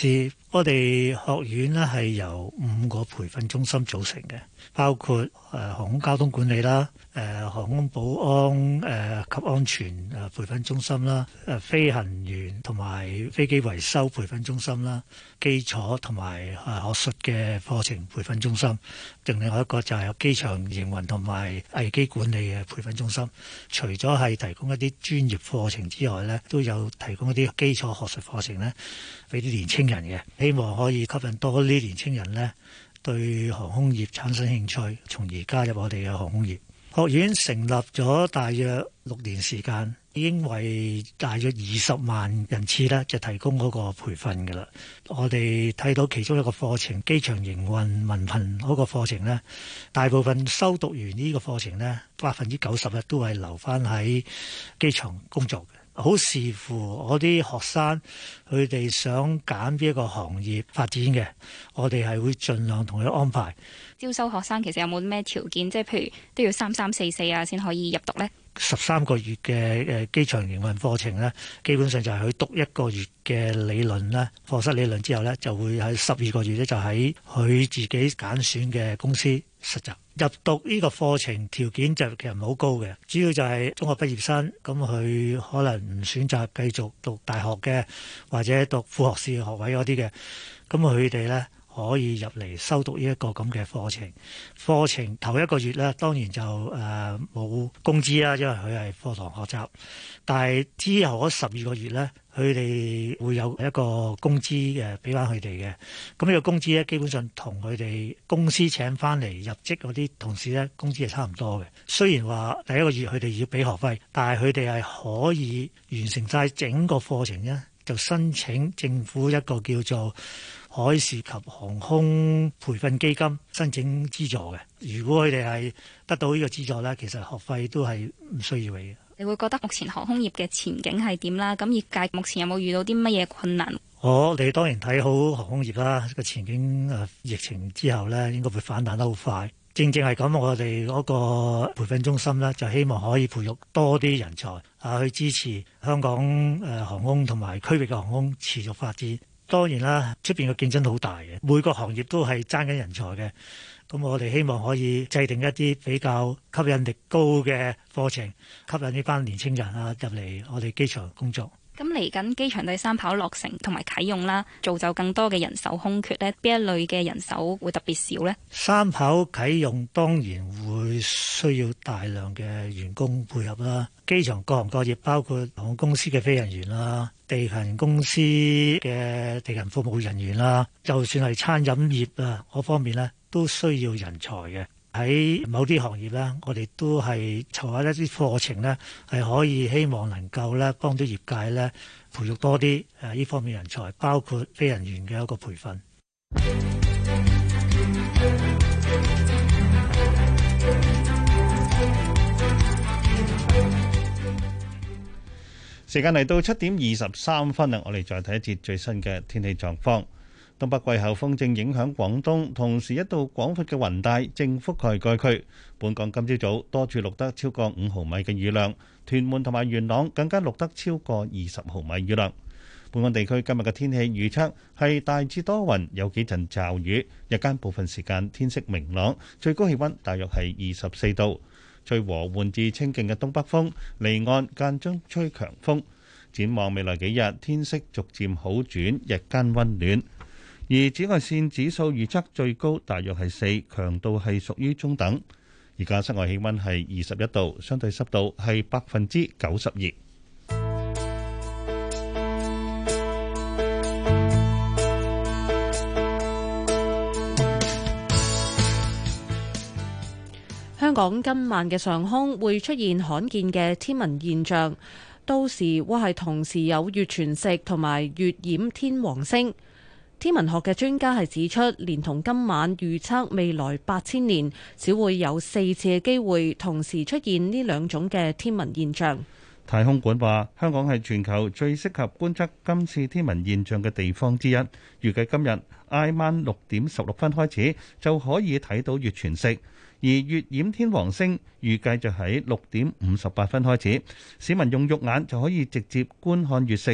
我哋學院呢係由5個培訓中心組成嘅，包括航空交通管理啦、航空保安及安全培訓中心啦、飛行員同埋飛機維修培訓中心啦、基礎同埋學術嘅課程培訓中心，另外一個就係有機場營運同埋危機管理嘅培訓中心。除咗係提供一啲專業課程之外呢，都有提供一啲基礎學術課程呢，俾啲年青人嘅，希望可以吸引多啲年青人呢對航空業產生興趣，從而加入我哋嘅航空業。學院成立咗大約6年時間，已經為大約20萬人次呢就提供嗰個培訓㗎啦。我哋睇到其中一個課程機場營運文憑嗰個課程呢，大部分修讀完呢個課程呢，90%呢都係留返喺機場工作嘅。好視乎我啲學生佢哋想揀邊一個行業發展嘅，我哋係會盡量同佢安排。 招收學生其實有冇咩條件？即係譬如都要3344啊，先可以入讀呢 ？13個月嘅機場營運課程呢，基本上就係佢讀1個月嘅理論啦，課室理論之後呢，就會喺12個月呢，就喺佢自己揀選嘅公司實習。入讀呢個課程條件就其實唔係好高嘅，主要就係中學畢業生，咁佢可能唔選擇繼續讀大學嘅，或者讀副學士學位嗰啲嘅，咁佢哋呢可以入嚟修讀呢一個咁嘅課程。課程頭1個月呢，當然就冇工資啦，因為佢係課堂學習。但係之後嗰12個月呢，佢哋會有一個工資嘅俾翻佢哋嘅。咁呢個工資呢，基本上同佢哋公司請翻嚟入職嗰啲同事呢，工資係差唔多嘅。雖然話第1個月佢哋要俾學費，但係佢哋係可以完成晒整個課程呢，就申請政府一個叫做海事及航空培訓基金申請資助嘅。如果佢哋係得到呢個資助呢，其實學費都係唔需要嘅。 你會覺得目前航空業嘅前景係點啦？咁業界目前有冇遇到啲乜嘢困難？ 我哋當然睇好航空業啦，個前景疫情之後呢，應該會反彈得好快。正係咁，我哋嗰個培訓中心呢，就希望可以培育多啲人才去支持香港航空同埋區域嘅航空持續發展。當然啦，出邊嘅競爭好大嘅，每個行業都係爭緊人才嘅。咁我哋希望可以制定一啲比較吸引力高嘅課程，吸引呢班年青人入嚟我哋機場工作。 咁嚟緊機場第3跑落成同埋啟用啦，造就更多嘅人手空缺呢，邊一類嘅人手會特別少呢？3 跑啟用當然會需要大量嘅員工配合啦。機場各行各業，包括航空公司嘅飛行員啦、地勤公司嘅地勤服務人員啦，就算係餐飲業嗰方面呢，都需要人才嘅。喺某啲行業呢，我哋都係籌劃一啲課程呢，係可以希望能夠呢幫到業界呢培育多啲呢方面人才，包括飛行員嘅一個培訓。 時間嚟到7點23分啦，我哋再睇一節最新嘅天氣狀況。東北季候風正影響廣東，同時一道廣闊嘅雲帶正覆蓋該區。本港今朝早多處錄得超過5毫米嘅雨量，屯門同埋元朗更加錄得超過20毫米雨量。本港地區今日嘅天氣預測係大致多雲，有幾陣驟雨，日間部分時間天色明朗，最高氣溫大約係24度，吹和緩至清勁嘅東北風，離岸間中吹強風。展望未來幾日，天色逐漸好轉，日間溫暖。而紫外線指數預測最高大約係4，強度係屬於中等。而家室外氣溫係21度，相對濕度係92%。 香港今晚嘅上空會出現罕見嘅天文現象，到時會係同時有月全食同埋月掩天王星。天文學嘅專家係指出，連同今晚預測未來8000年，只會有4次嘅機會同時出現呢兩種嘅天文現象。 太空館話，香港係全球最適合觀測今次天文現象嘅地方之一。預計今日挨晚6點16分開始就可以睇到月全食，而月掩天王星預計就喺6點58分開始。市民用肉眼就可以直接觀看月食。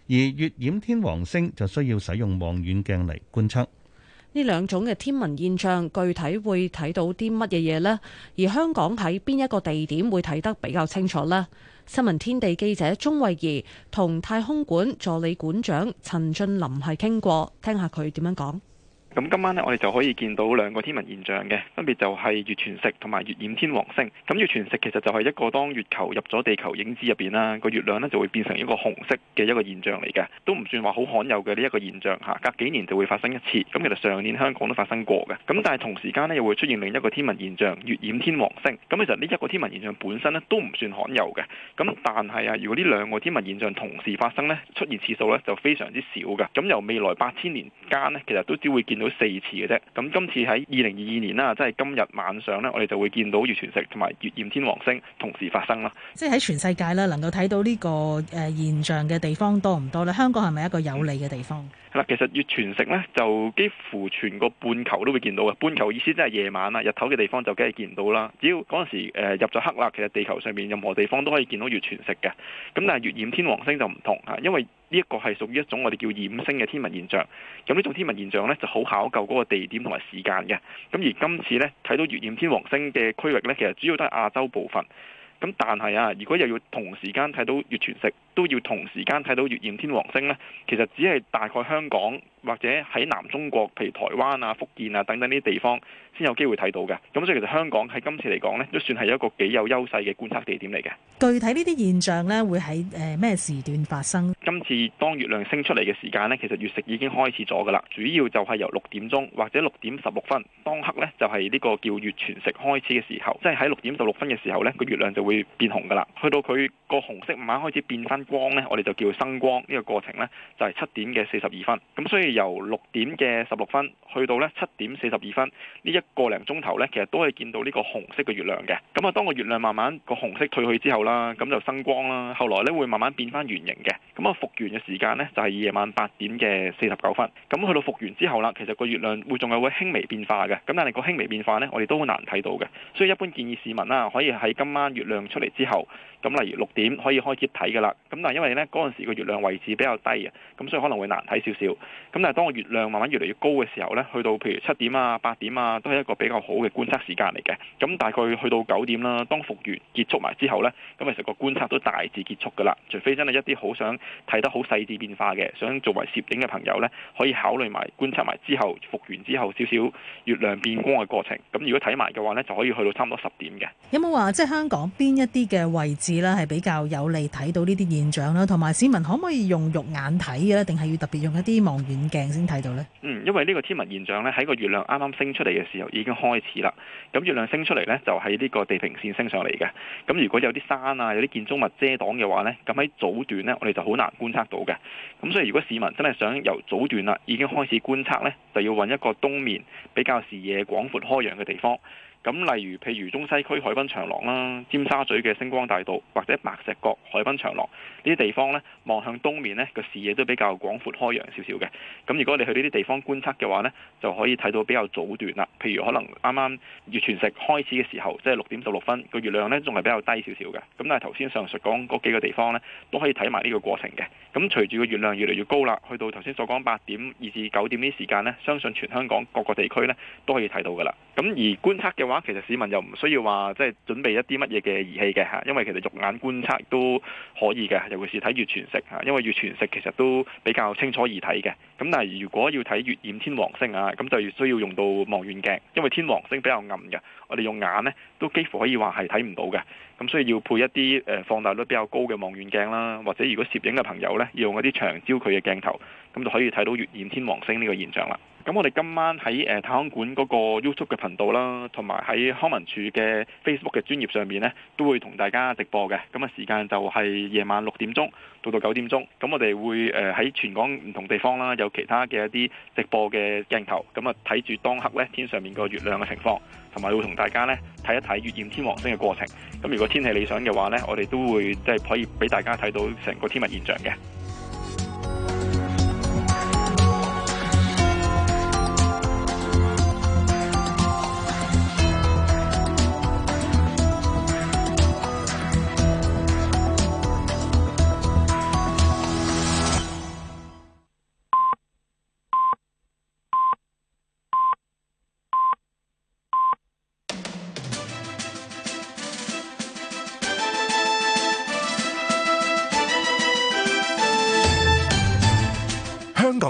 而月掩天王星就需要使用望遠鏡嚟觀測。 呢兩種嘅天文現象具體會睇到啲乜嘢嘢呢？而香港喺邊一個地點會睇得比較清楚呢？新聞天地記者鍾慧儀同太空館助理館長陳俊林係傾過，聽下佢點樣講。 咁今晚呢，我哋就可以見到兩個天文現象嘅，分別就係月全食同埋月掩天王星。咁月全食其實就係一個當月球入咗地球影子入邊啦，個月亮呢就會變成一個紅色嘅一個現象嚟嘅，都唔算話好罕有嘅呢一個現象嚇，隔幾年就會發生一次。咁其實上年香港都發生過嘅。咁但係同時間呢，又會出現另一個天文現象月掩天王星。咁其實呢一個天文現象本身呢都唔算罕有嘅。咁但係啊，如果呢兩個天文現象同時發生呢，出現次數呢就非常之少嘅。咁由未來8000年間呢，其實都只會見到4次嘅啫。咁今次喺2022年啦，即係今日晚上呢，我哋就會見到月全食同埋月掩天王星同時發生啦。 即係喺全世界咧，能夠睇到呢個現象嘅地方多唔多呢？香港係咪一個有利嘅地方？ 係啦，其實月全食呢，就幾乎全個半球都會見到嘅。半球意思即係夜晚啦，日頭嘅地方就梗係見到啦。只要嗰陣時入咗黑啦，其實地球上面任何地方都可以見到月全食嘅。咁但係月掩天王星就唔同嚇，因為呢一個係屬於一種我哋叫掩星嘅天文現象。咁呢種天文現象呢，就好考究嗰個地點同埋時間嘅。咁而今次呢，睇到月掩天王星嘅區域呢，其實主要都係亞洲部分。咁但係啊，如果又要同時間睇到月全食，都要同時間睇到月掩天王星呢，其實只係大概香港或者喺南中國，譬如台灣啊、福建啊等等呢啲地方先有機會睇到嘅。咁所以其實香港喺今次嚟講呢，都算係一個幾有優勢嘅觀測地點嚟嘅。 具體呢啲現象呢，會喺咩時段發生？ 今次當月亮升出嚟嘅時間呢，其實月食已經開始咗㗎啦。主要就係由6點鐘或者6點16分當刻呢，就係呢個叫月全食開始嘅時候，即係喺6點16分嘅時候呢，個月亮就會變紅㗎啦。去到佢個紅色慢慢開始變翻光呢，我哋就叫生光。呢個過程呢，就係7點嘅42分。咁所以由6點嘅16分去到呢7點42分呢1個零鐘頭呢，其實都係見到呢個紅色嘅月亮嘅。咁啊，當個月亮慢慢個紅色退去之後啦，咁就生光啦。後來呢會慢慢變翻圓形嘅。咁啊，復原嘅時間呢，就係夜晚8點嘅49分。咁去到復原之後啦，其實個月亮會仲係會輕微變化嘅。咁但係個輕微變化呢，我哋都好難睇到嘅。所以一般建議市民啦，可以喺今晚月亮出嚟之後，咁例如6點可以開始睇㗎啦。咁但係因為呢嗰陣時個月亮位置比較低嘅，咁所以可能會難睇少少。咁但係當個月亮慢慢越嚟越高嘅時候呢，去到譬如7點啊、8點啊，都係一個比較好嘅觀測時間嚟嘅。咁大概去到9點啦，當復原結束埋之後呢，咁其實個觀察都大致結束㗎啦。除非真係一啲好想睇得好細緻變化嘅，想作為攝影嘅朋友呢，可以考慮埋觀察埋之後復原之後少少月亮變光嘅過程。咁如果睇埋嘅話呢，就可以去到差唔多10點嘅。 有冇話即係香港邊一啲嘅位置呢係比較有利睇到呢啲現象啦？同埋市民可唔可以用肉眼睇嘅咧？定係要特別用一啲望遠鏡先睇到呢？ 因為呢個天文現象呢，喺個月亮啱啱升出嚟嘅時候已經開始啦。咁月亮升出嚟呢，就喺呢個地平線升上嚟嘅。咁如果有啲山啊、有啲建築物遮擋嘅話呢，咁喺早段呢，我哋就好難觀察到嘅。咁所以如果市民真係想由早段啦已經開始觀察呢，就要揾一個東面比較視野廣闊開揚嘅地方。咁例如譬如中西區海濱長廊啦、尖沙咀嘅星光大道或者白石角海濱長廊呢啲地方呢，望向東面呢個視野都比較廣闊開揚少少嘅。咁如果你去呢啲地方觀測嘅話呢，就可以睇到比較早段啦。譬如可能啱啱月全食開始嘅時候，即係6點16分個月亮呢仲係比較低少少嘅。咁但係頭先上述講嗰幾個地方呢，都可以睇埋呢個過程嘅。咁隨住個月亮越嚟越高啦，去到頭先所講8點2至9點呢啲時間呢，相信全香港各個地區呢都可以睇到㗎啦。咁而觀測嘅話，其實市民又唔需要話即係準備一啲乜嘢嘅儀器嘅嚇，因為其實肉眼觀測都可以嘅，尤其是睇月全食嚇，因為月全食其實都比較清楚易睇嘅。咁但係如果要睇月掩天王星啊，咁就需要用到望遠鏡，因為天王星比較暗嘅，我哋用眼呢都幾乎可以話係睇唔到嘅。咁所以要配一啲放大率比較高嘅望遠鏡啦，或者如果攝影嘅朋友呢，要用一啲長焦距嘅鏡頭，咁就可以睇到月掩天王星呢個現象啦。咁我哋今晚喺太空館嗰個 YouTube 嘅頻道啦，同埋喺康文署嘅 Facebook 嘅專頁上面呢，都會同大家直播嘅。咁啊時間就係夜晚6點鐘到9點鐘。咁我哋會喺全港唔同地方啦，有其他嘅一啲直播嘅鏡頭，咁啊睇住當刻呢天上面個月亮嘅情況，同埋會同大家呢睇一睇月掩天王星嘅過程。咁如果天氣理想嘅話呢，我哋都會即係可以俾大家睇到成個天文現象嘅。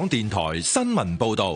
電台新聞報道。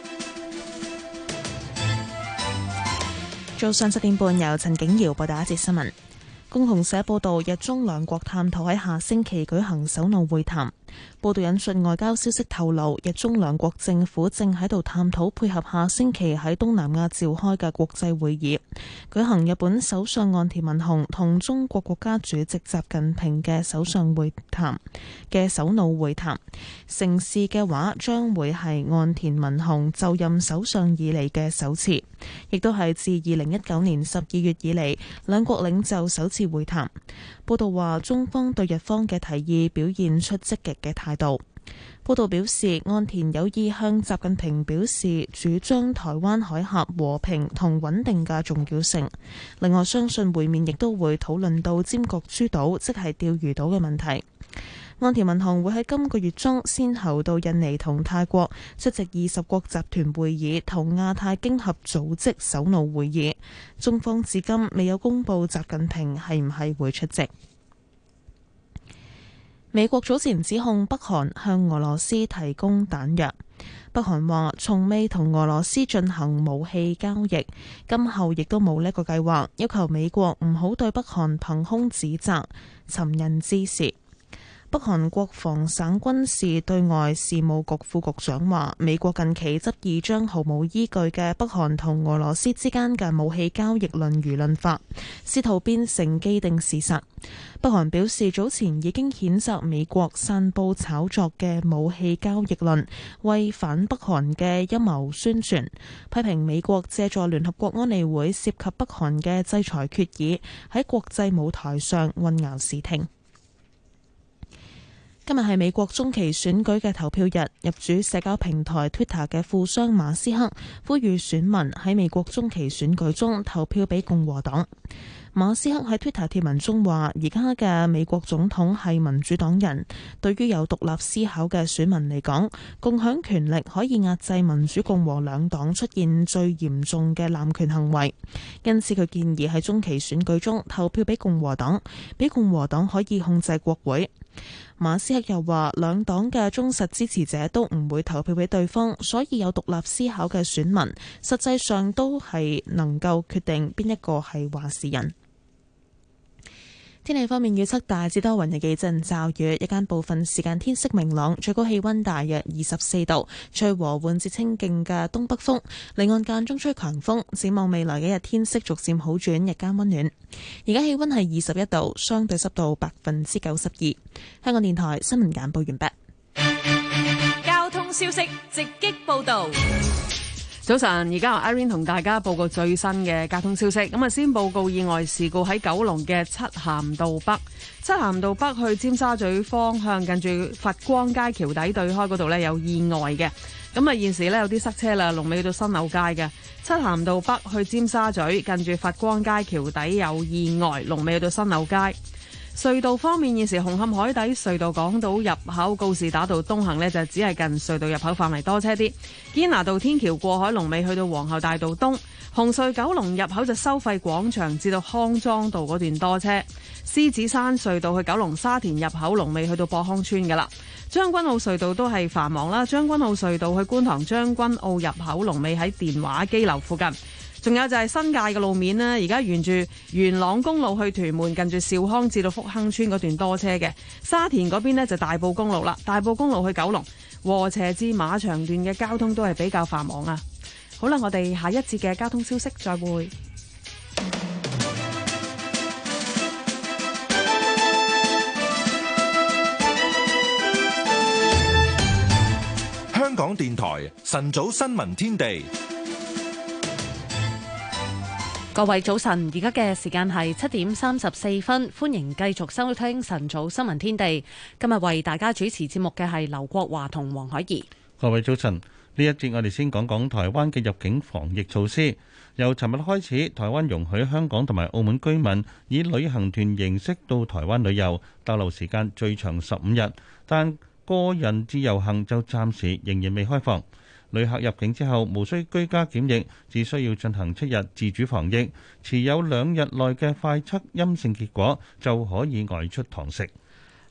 早上7點半，由陳景瑤報道一節新聞。共同社報道，日中兩國探討喺下星期舉行首腦會談。報道引述外交消息透露，日中兩國政府正喺度探討配合下星期喺東南亞召開嘅國際會議，舉行日本首相岸田文雄同中國國家主席習近平嘅首腦會談。成事嘅話，將會係岸田文雄就任首相以嚟嘅首次，亦都係自2019年12月以嚟兩國領袖首次會談。報道話，中方對日方嘅提議表現出積極嘅態度。報道表示，岸田有意向習近平表示主張台灣海峽和平同穩定嘅重要性。另外，相信會面亦都會討論到尖閣諸島，即係釣魚島嘅問題。岸田文雄會喺今個月中先後到印尼同泰國出席20國集團會議同亞太經合組織首腦會議。中方至今未有公布習近平係唔係會出席。美國早前指控北韓向俄羅斯提供彈藥，北韓話從未同俄羅斯進行武器交易，今後亦都冇呢個計劃，要求美國唔好對北韓憑空指責，尋釁滋事。北韓國防省軍事對外事務局副局長話，美國近期執意將毫無依據嘅北韓同俄羅斯之間嘅武器交易論輿論化，試圖變成既定事實。北韓表示，早前已經譴責美國散佈炒作嘅武器交易論，為反北韓嘅陰謀宣傳，批評美國借助聯合國安理會涉及北韓嘅制裁決議，喺國際舞台上混淆視聽。今日係美國中期選舉嘅投票日，入主社交平台 Twitter 嘅富商馬斯克呼籲選民喺美國中期選舉中投票俾共和黨。馬斯克喺 Twitter 貼文中話，而家嘅美國總統係民主黨人，對於有獨立思考嘅選民嚟講，共享權力可以壓制民主共和兩黨出現最嚴重嘅濫權行為，因此佢建議喺中期選舉中投票俾共和黨，俾共和黨可以控制國會。馬斯克又話，兩黨嘅忠實支持者都唔會投票俾對方，所以有獨立思考嘅選民實際上都係能夠決定邊一個係話事人。天氣方面，預測大致多雲，有幾陣驟雨，日間部分時間天色明朗，最高氣溫大約24度，吹和緩至清勁嘅東北風，離岸間中吹強風。展望未來幾日天色逐漸好轉，日間溫暖。而家氣溫係21度，相對濕度92%。香港電台新聞簡報完畢。 交通消息直擊報道。 早晨，而家由 Irene 同大家報告最新嘅交通消息。咁啊，先報告意外事故喺九龍嘅漆咸道北。漆咸道北去尖沙咀方向，近住佛光街橋底對開嗰度呢，有意外嘅。咁啊，現時呢，有啲塞車啦，龍尾去到新樓街嘅。漆咸道北去尖沙咀，近住佛光街橋底有意外，龍尾去到新樓街。隧道方面，現時紅磡海底隧道港島入口告士打道東行呢，就只係近隧道入口範圍多車啲。堅拿道天橋過海龍尾去到皇后大道東。紅隧九龍入口就收費廣場至到康莊道嗰段多車。獅子山隧道去九龍沙田入口龍尾去到博康村噶啦。將軍澳隧道都係繁忙啦。將軍澳隧道去觀塘將軍澳入口龍尾喺電話機樓附近。仲有就係新界嘅路面呢，而家沿住元朗公路去屯門，近住兆康至到福亨村嗰段多車嘅。沙田嗰邊呢，就大埔公路啦，大埔公路去九龍禾輋至馬場段嘅交通都係比較繁忙啊。好啦，我哋下一節嘅交通消息再會。 香港電台晨早新聞天地。 各位早晨，而家嘅時間係7點34分，歡迎繼續收聽晨早新聞天地。今日為大家主持節目嘅係劉國華同黃海怡。 各位早晨，呢一節我哋先講講台灣嘅入境防疫措施。由尋日開始，台灣容許香港同埋澳門居民以旅行團形式到台灣旅遊，逗留時間最長15日，但個人自由行就暫時仍然未開放。旅客入境之後無需居家檢疫，只需要進行7日自主防疫，持有2日內嘅快測陰性結果就可以外出堂食。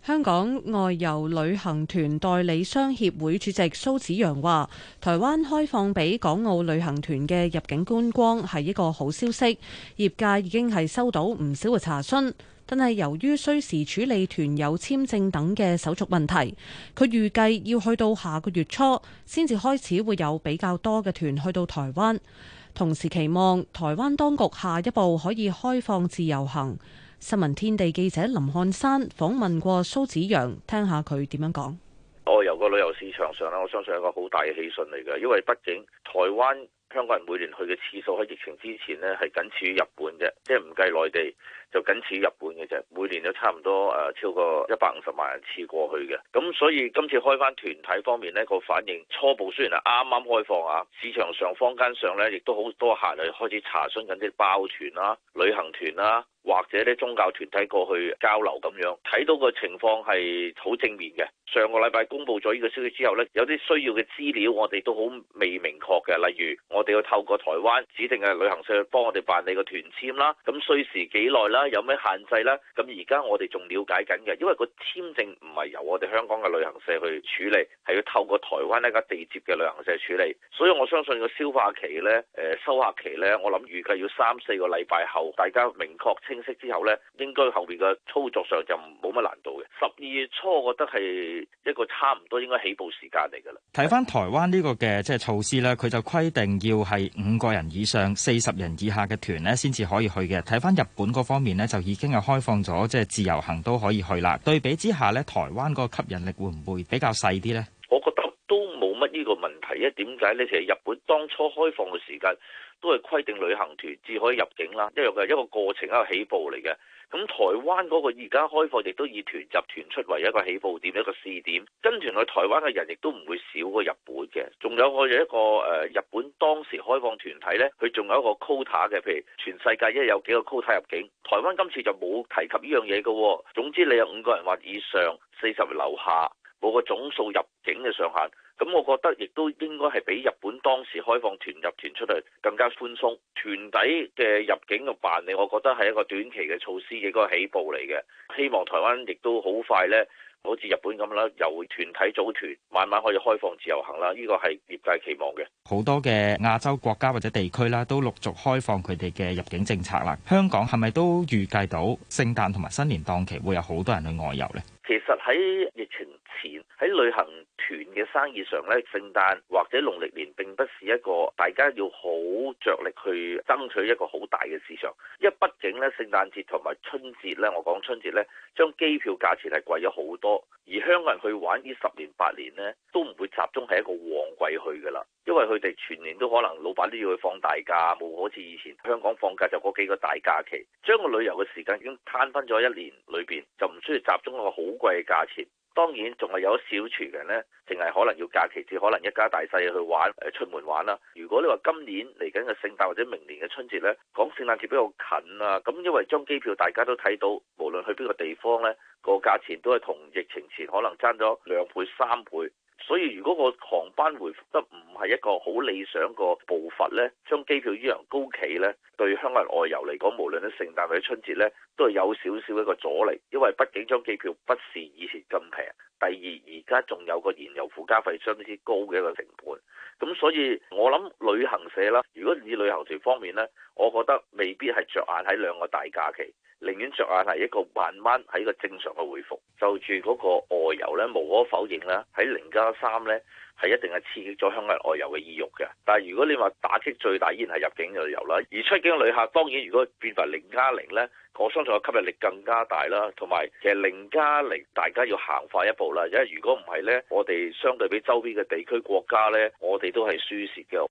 香港外遊旅行團代理商協會主席蘇子陽話，台灣開放俾港澳旅行團嘅入境觀光係一個好消息，業界已經係收到唔少嘅查詢，但係由於需時處理團友簽證等嘅手續問題，佢預計要去到下個月初先至開始會有比較多嘅團去到台灣，同時期望台灣當局下一步可以開放自由行。新聞天地記者林漢山訪問過蘇子陽，聽下佢點樣講。 外遊個旅遊市場上咧，我相信係一個好大嘅喜訊嚟嘅，因為畢竟台灣香港人每年去嘅次數喺疫情之前呢係僅次於日本嘅，即係唔計內地就僅次於日本嘅啫。每年都差唔多超過150萬人次過去嘅，咁所以今次開翻團體方面呢個反應初步雖然係啱啱開放啊，市場上坊間上呢亦都好多客人開始查詢緊啲包團啦、旅行團啦，或者啲宗教團體過去交流咁樣，睇到個情況係好正面嘅。上個禮拜公布咗呢個消息之後呢，有啲需要嘅資料我哋都好未明確嘅，例如我哋要透過台灣指定嘅旅行社去幫我哋辦理個團簽啦，咁需時幾耐啦，有咩限制啦？咁而家我哋仲了解緊嘅，因為個簽證唔係由我哋香港嘅旅行社去處理，係要透過台灣一家地接嘅旅行社處理，所以我相信個消化期呢、收客期呢，我諗預計要3-4個禮拜後，大家明確清晰之後呢，應該後面嘅操作上就冇乜難度嘅。12月初我覺得係一個差唔多應該起步時間嚟㗎啦。 睇翻台灣呢個嘅即係措施咧，佢就規定要係5個人以上、40人以下嘅團咧先至可以去嘅。睇翻日本嗰方面咧，就已經係開放咗即係自由行都可以去啦。對比之下咧，台灣個吸引力會唔會比較細啲咧？ 我覺得都冇乜呢個問題，因為點解咧？其實日本當初開放嘅時間都係規定旅行團至可以入境啦，一樣嘅一個過程，一個起步嚟嘅。咁台灣嗰個而家開放亦都以團入團出為一個起步點，一個試點，跟團去台灣嘅人亦都唔會少過日本嘅。仲有我哋一個日本當時開放團體呢，佢仲有一個 quota 嘅，譬如全世界一有幾個 quota 入境，台灣今次就冇提及呢樣嘢嘅。總之你有5個人或以上，40人樓下，冇個總數入境嘅上限。咁我覺得亦都應該係比日本當時開放團入團出嚟更加寬鬆。團體嘅入境嘅辦理，我覺得係一個短期嘅措施，亦都係起步嚟嘅。希望台灣亦都好快呢，好似日本咁啦，由團體組團，慢慢可以開放自由行啦。呢個係業界期望嘅。 好多嘅亞洲國家或者地區啦，都陸續開放佢哋嘅入境政策啦。香港係咪都預計到聖誕同埋新年檔期會有好多人去外遊呢？ 其實喺疫情前喺旅行團嘅生意上咧，聖誕或者農曆年並不是一個大家要好着力去爭取一個好大嘅市場，因為畢竟咧聖誕節同埋春節咧，我講春節咧，將機票價錢係貴咗好多，而香港人去玩呢10年8年咧，都唔會集中喺一個旺季去㗎啦，因為佢哋全年都可能老闆都要去放大假，冇好似以前香港放假就嗰幾個大假期，將個旅遊嘅時間已經攤分咗1年裏邊，就唔需要集中一個好貴嘅價錢。當然仲係有少數人呢，淨係可能要假期至可能一家大細去玩出門玩啦。如果你話今年嚟緊嘅聖誕或者明年嘅春節呢，講聖誕節比較近啊，咁因為張機票大家都睇到，無論去邊個地方呢，個價錢都係同疫情前可能爭咗2倍3倍。所以如果個航班回復得唔係一個好理想個步伐呢，將機票依樣高企呢，對香港人外遊嚟講，無論喺聖誕或者春節呢，都係有少少一個阻力，因為畢竟張機票不是以前咁平。第二，而家仲有個燃油附加費相當之高嘅一個成本，咁所以我諗旅行社啦，如果以旅行團方面呢，我覺得未必係着眼喺2個大假期，寧願着眼係一個慢慢喺一個正常嘅回復。就住嗰個外遊呢，無可否認啦，喺0+3呢係一定係刺激咗香港人外遊嘅意欲嘅。但係如果你話打擊最大，依然係入境旅遊啦，而出境旅客當然如果變為0+0呢，我相信個吸引力更加大啦。同埋其實0+0大家要行快一步啦，因為如果唔係呢，我哋相對比周邊嘅地區國家呢，我哋都係輸蝕嘅。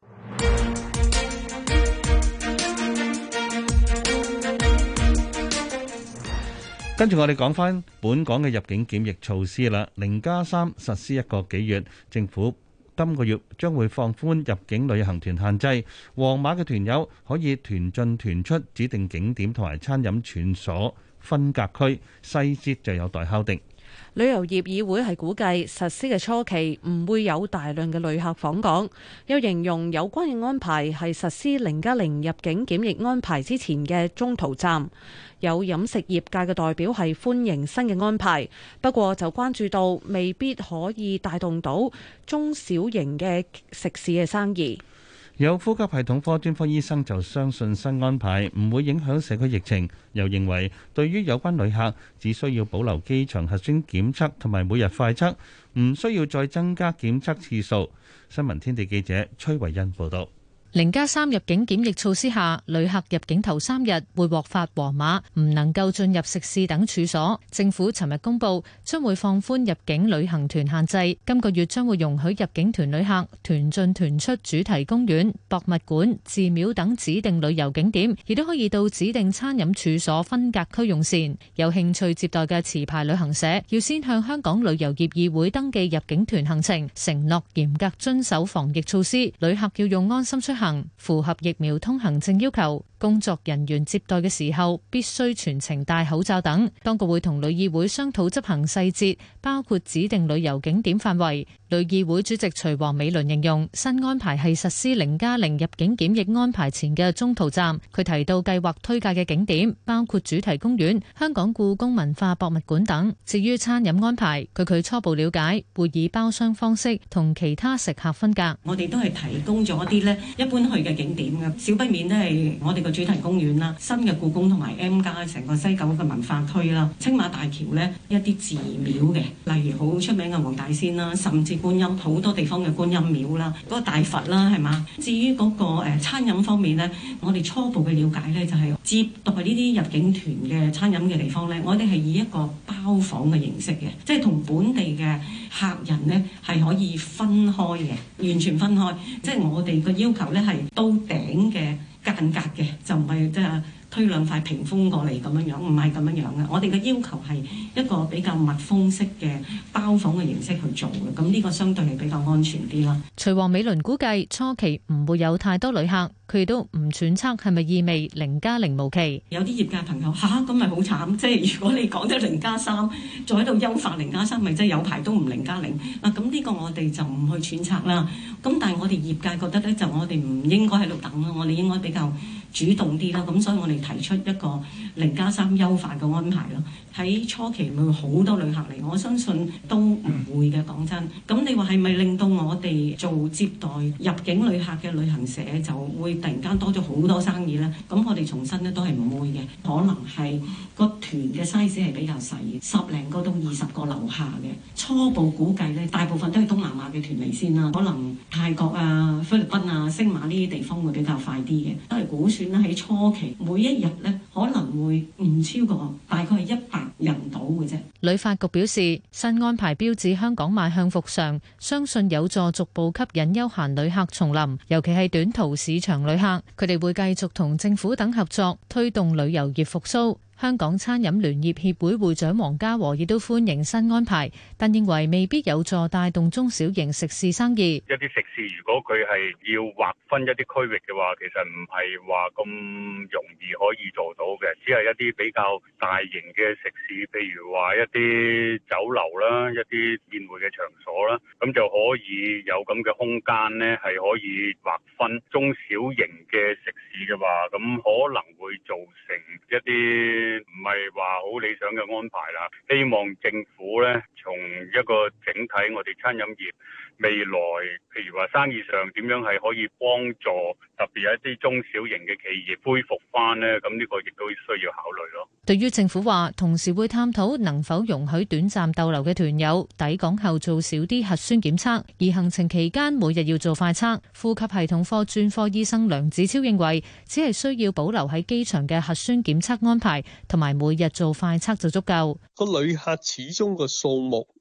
跟住我哋講翻本港嘅入境檢疫措施啦，0+3實施1個幾月，政府今個月將會放寬入境旅行團限制，黃碼嘅團友可以團進團出指定景點同埋餐飲處所分隔區，細節就有待敲定。 旅遊業議會係估計實施嘅初期唔會有大量嘅旅客訪港，又形容有關嘅安排係實施0+0入境檢疫安排之前嘅中途站。有飲食業界嘅代表係歡迎新嘅安排，不過就關注到未必可以帶動到中小型嘅食肆嘅生意。 有呼吸系統科專科醫生就相信新安排唔會影響社區疫情，又認為對於有關旅客只需要保留機場核酸檢測同埋每日快測，唔需要再增加檢測次數。新聞天地記者崔慧欣報道。 0+3入境檢疫措施下，旅客入境頭3日會獲發黃碼，唔能夠進入食肆等處所。政府尋日公布，將會放寬入境旅行團限制，今個月將會容許入境團旅客團進團出主題公園、博物館、寺廟等指定旅遊景點，亦都可以到指定餐飲處所分隔區用膳。有興趣接待嘅持牌旅行社要先向香港旅遊業議會登記入境團行程，承諾嚴格遵守防疫措施。旅客要用安心出行，符合疫苗通行證要求。工作人員接待嘅時候必須全程戴口罩等。當局會同旅議會商討執行細節，包括指定旅遊景點範圍。旅議會主席徐王美倫形容新安排係實施0+0入境檢疫安排前嘅中途站。佢提到計劃推介嘅景點包括主題公園、香港故宮文化博物館等。至於餐飲安排，據佢初步了解，會以包廂方式同其他食客分隔。 我哋都係提供咗一啲呢一般去嘅景點嘅，少不免都係我哋個主題公園啦、新嘅故宮同埋 M+ 成個西九嘅文化區啦、青馬大橋呢一啲寺廟嘅，例如好出名嘅黃大仙啦，甚至觀音好多地方嘅觀音廟啦，嗰個大佛啦，係嘛？至於嗰個餐飲方面呢，我哋初步嘅了解呢，就係接待呢啲入境團嘅餐飲嘅地方呢，我哋係以一個包房嘅形式嘅，即係同本地嘅客人呢係可以分開嘅，完全分開。即係我哋個要求呢係到頂嘅間隔嘅，就唔係即係推兩塊屏風過嚟咁樣樣，唔係咁樣樣嘅。我哋嘅要求係一個比較密封式嘅包房嘅形式去做嘅，咁呢個相對係比較安全啲啦。 徐王美倫估計初期唔會有太多旅客，佢亦都唔揣測係咪意味0+0無期。 有啲業界朋友咁咪好慘，即係如果你講咗0+3，再喺度優化0+3，咪即係有排都唔0+0嗱。咁呢個我哋就唔去揣測啦。咁但係我哋業界覺得咧，就我哋唔應該喺度等啦，我哋應該比較主動啲啦。咁所以我哋提出一個0+3優化嘅安排咯。喺初期會好多旅客嚟，我相信都唔會嘅。講真，咁你話係咪令到我哋做接待入境旅客嘅旅行社就會突然間多咗好多生意呢？咁我哋重申呢都係唔會嘅，可能係個團嘅 size 係比較細，10零個到20個樓下嘅。初步估計呢，大部分都係東南亞嘅團嚟先啦，可能泰國啊、菲律賓啊、星馬呢啲地方會比較快啲嘅。都係估算咧，喺初期每一日呢可能會唔超過大概係100人到嘅啫。 旅發局表示，新安排標誌香港邁向復常，相信有助逐步吸引休閒旅客重臨，尤其係短途市場旅客。佢哋會繼續同政府等合作，推動旅遊業復甦。香港餐飲聯業協會會長黃家和亦都歡迎新安排，但認為未必有助帶動中小型食肆生意。 一啲食肆如果佢係要劃分一啲區域嘅話，其實唔係話咁容易可以做到嘅，只係一啲比較大型嘅食肆，譬如話一啲酒樓啦、一啲宴會嘅場所啦，咁就可以有咁嘅空間呢，係可以劃分中小型嘅食肆嘅話，咁可能會造成一啲唔係話好理想嘅安排啦。希望政府呢，從一個整體我哋餐飲業未來，譬如話生意上點樣係可以幫助特別一啲中小型嘅企業恢復翻呢？咁呢個亦都需要考慮咯。 對於政府話，同時會探討能否容許短暫逗留嘅團友抵港後做少啲核酸檢測，而行程期間每日要做快測。呼吸系統科專科醫生梁子超認為，只係需要保留喺機場嘅核酸檢測安排，同埋每日做快測就足夠。 個旅客始終個數目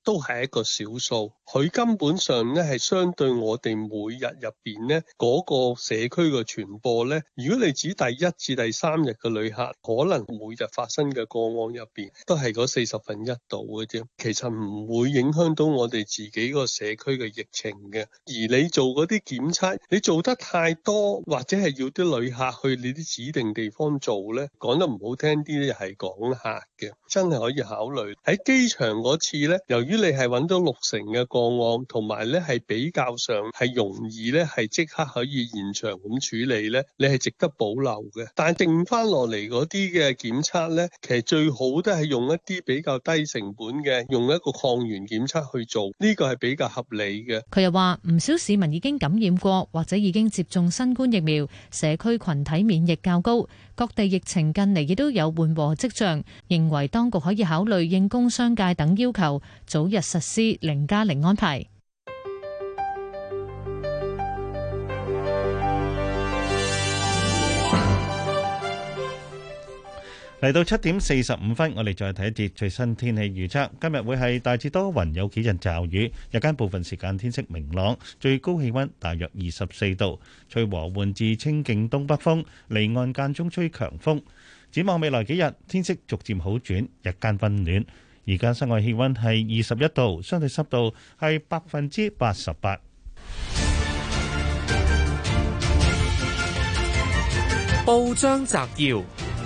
都係一個少數，佢根本上咧係相對我哋每日入邊咧嗰個社區嘅傳播咧，如果你指第一至第三日嘅旅客，可能每日發生嘅個案入邊都係嗰1/40度嘅啫，其實唔會影響到我哋自己個社區嘅疫情嘅。而你做嗰啲檢測，你做得太多或者係要啲旅客去你啲指定地方做咧，講得唔好聽啲咧係講客嘅，真係可以考慮喺機場嗰次咧。由於你係揾到60%嘅個案，同埋咧係比較上係容易咧係即刻可以現場咁處理咧，你係值得保留嘅。但係定翻落嚟嗰啲嘅檢測咧，其實最好都係用一啲比較低成本嘅，用一個抗原檢測去做，呢個係比較合理嘅。 佢又話唔少市民已經感染過或者已經接種新冠疫苗，社區群體免疫較高，各地疫情近嚟亦都有緩和跡象，認為當局可以考慮應工商界等要求，早日實施0+0安排。 嚟到7點45分，我哋再睇一節最新天氣預測。今日會係大致多雲，有幾陣驟雨，日間部分時間天色明朗，最高氣溫大約24度，吹和緩至清勁東北風，離岸間中吹強風。展望未來幾日，天色逐漸好轉，日間溫暖。而家室外氣溫係21度，相對濕度係88%。 報章摘要。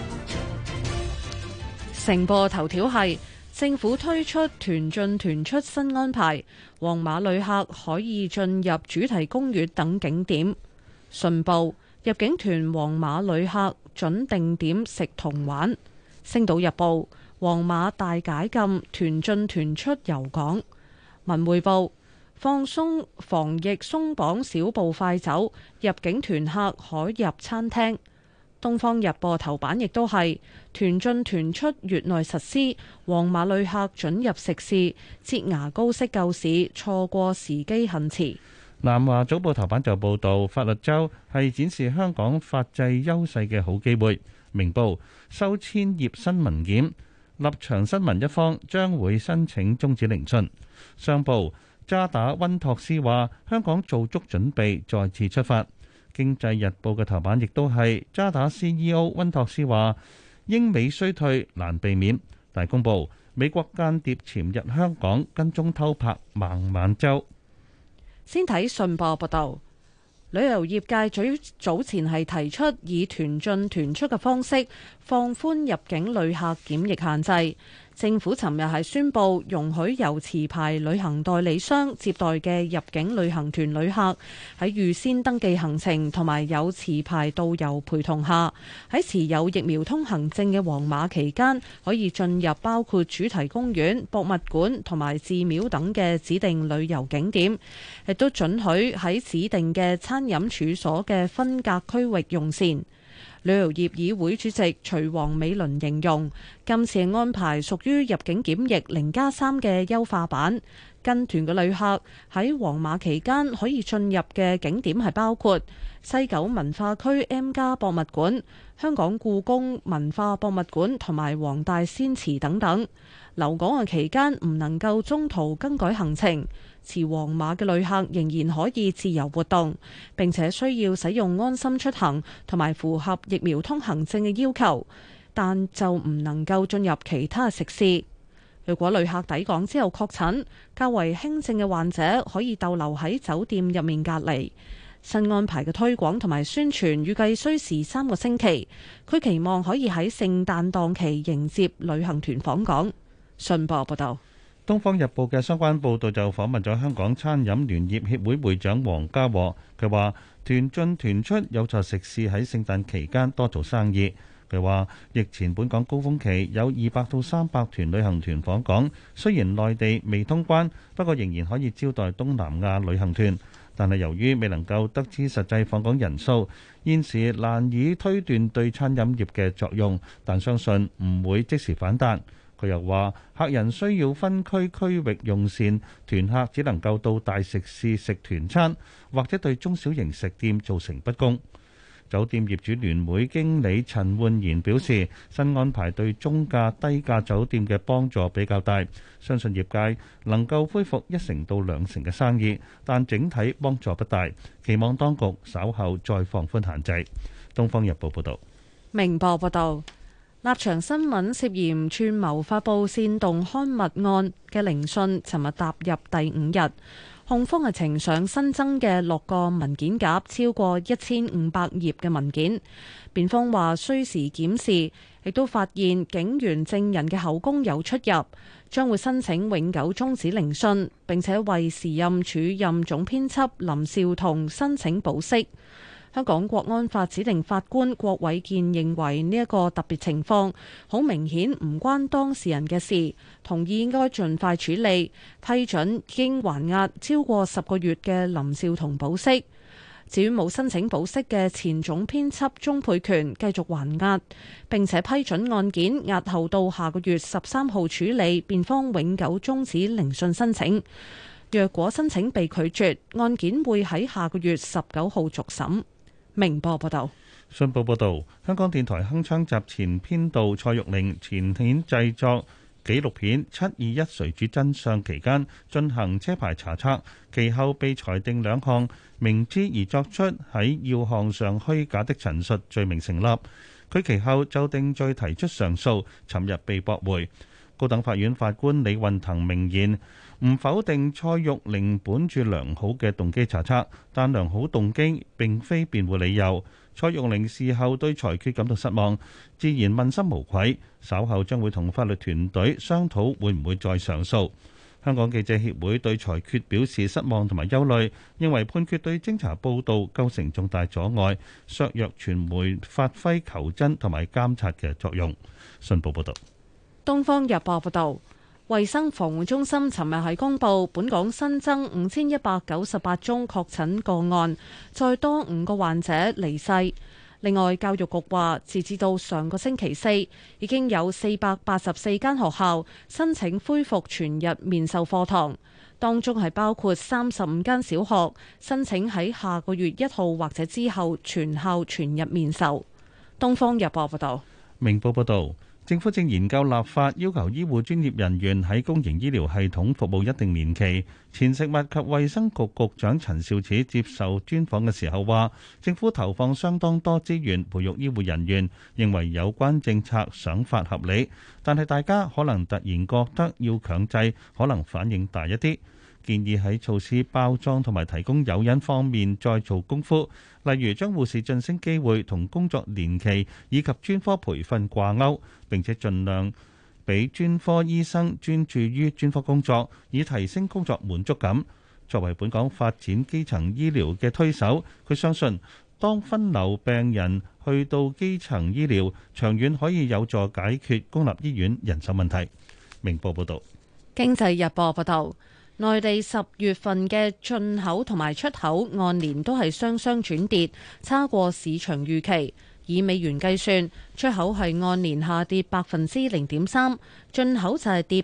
成報頭條係政府推出團進團出新安排，黃碼旅客可以進入主題公園等景點。信報入境團黃碼旅客準定點食同玩。星島日報黃碼大解禁，團進團出遊港。文匯報放鬆防疫鬆綁小步快走，入境團客可入餐廳。東方日報頭版亦都係團進團出月內實施，黃碼旅客准入食肆，擠牙膏式救市，錯過時機恨遲。 南華早報頭版就報導，法律週係展示香港法制優勢嘅好機會。明報收千頁新文件，立場新聞一方將會申請終止聆訊。商報渣打溫托斯話香港做足準備再次出發。經濟日報嘅頭版亦都係渣打 CEO 溫托斯話英美衰退難避免。大公報美國間諜潛入香港跟蹤偷拍孟晚舟。 先睇信報報道，旅遊業界早前係提出以團進團出嘅方式放寬入境旅客檢疫限制。政府尋日係宣布容許由持牌旅行代理商接待嘅入境旅行團旅客喺預先登記行程同埋有持牌導遊陪同下，喺持有疫苗通行證嘅黃碼期間可以進入包括主題公園、博物館同埋寺廟等嘅指定旅遊景點，亦都准許喺指定嘅餐飲處所嘅分隔區域用膳。旅遊業議會主席徐王美倫形容，今次嘅安排屬於入境檢疫0+3嘅優化版。跟團嘅旅客喺黃碼期間可以進入嘅景點係包括西九文化區 M+ 博物館、香港故宮文化博物館同埋黃大仙祠等等。留港嘅期間唔能夠中途更改行程。持黃碼嘅旅客仍然可以自由活動，並且需要使用安心出行同埋符合疫苗通行證嘅要求，但就唔能夠進入其他食肆。如果旅客抵港之後確診，較為輕症嘅患者可以逗留喺酒店入面隔離。新安排嘅推廣同埋宣傳預計需時3個星期。佢期望可以喺聖誕檔期迎接旅行團訪港。信報報道。 《東方日報》嘅相關報導就訪問咗香港餐飲聯業協會會長黃家和，佢話團進團出有助食肆喺聖誕期間多做生意。佢話疫前本港高峰期有200到300團旅行團訪港，雖然內地未通關，不過仍然可以招待東南亞旅行團。但係由於未能夠得知實際訪港人數，現時難以推斷對餐飲業嘅作用，但相信唔會即時反彈。佢又話客人需要分區域用膳，團客只能夠到大食肆食團餐，或者對中小型食店造成不公。 酒店業主聯會經理陳煥賢表示，新安排對中價、低價酒店嘅幫助比較大，相信業界能夠恢復1成到2成嘅生意，但整體幫助不大，期望當局稍後再放寬限制。《東方日報》報道。 明報報道，立場新聞涉嫌串謀發布煽動刊物案嘅聆訊，尋日踏入第5日。控方係呈上新增嘅6個文件夾，超過1500頁嘅文件。辯方話需時檢視，亦都發現警員證人嘅口供有出入，將會申請永久終止聆訊，並且為時任署任總編輯林紹桐申請保釋。香港國安法指定法官郭偉健認為呢一個特別情況好明顯唔關當事人嘅事，同意應該盡快處理，批准已經還押超過10個月嘅林紹桐保釋。至於冇申請保釋嘅前總編輯鍾沛權繼續還押，並且批准案件押後到下個月13號處理，辯方永久終止聆訊申請。若果申請被拒絕，案件會喺下個月19號續審。明報報道。 信報報導，香港電台鏗鏘集前編導蔡玉玲前年製作紀錄片《721誰主真相》期間進行車牌查冊，其後被裁定2項明知而作出喺要項上虛假的陳述罪名成立。佢其後就定罪提出上訴，尋日被駁回。高等法院法官李運騰明言，唔否定蔡玉玲本住良好嘅動機查冊，但良好動機並非辯護理由。蔡玉玲事後對裁決感到失望，自然問心無愧。稍後將會同法律團隊商討會唔會再上訴。香港記者協會對裁決表示失望同埋憂慮，認為判決對偵查報導構成重大阻礙，削弱傳媒發揮求真同埋監察嘅作用。信報報導。 東方日報報道，衛生防護中心尋日係公布，本港新增5198宗確診個案，再多5個患者離世。另外，教育局話，截至到上個星期4，已經有484間學校申請恢復全日面授課堂，當中係包括35間小學申請喺下個月1號或者之後全校全日面授。東方日報報道。 明報報導。政府正研究立法，要求醫護專業人員喺公營醫療系統服務一定年期。前食物及衛生局局長陳肇始接受專訪嘅時候話，政府投放相當多資源培育醫護人員，認為有關政策想法合理，但係大家可能突然覺得要強制，可能反應大一啲。建議喺措施包裝同埋提供誘因方面再做功夫，例如將護士晉升機會同工作年期以及專科培訓掛鈎，並且盡量俾專科醫生專注於專科工作，以提升工作滿足感。作為本港發展基層醫療嘅推手，佢相信當分流病人去到基層醫療，長遠可以有助解決公立醫院人手問題。明報報道。 經濟日報報道。內地10月份嘅進口同埋出口按年都係雙雙轉跌，差過市場預期。以美元計算，出口係按年下跌0.3%，進口就係跌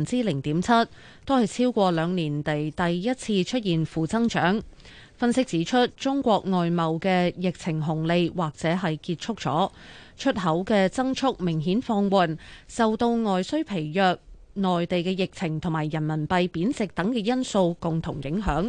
0.7%，都係超過2年地第一次出現負增長。分析指出，中國外貿嘅疫情紅利或者係結束咗，出口嘅增速明顯放緩，受到外需疲弱、內地嘅疫情同埋人民幣貶值等嘅因素共同影響，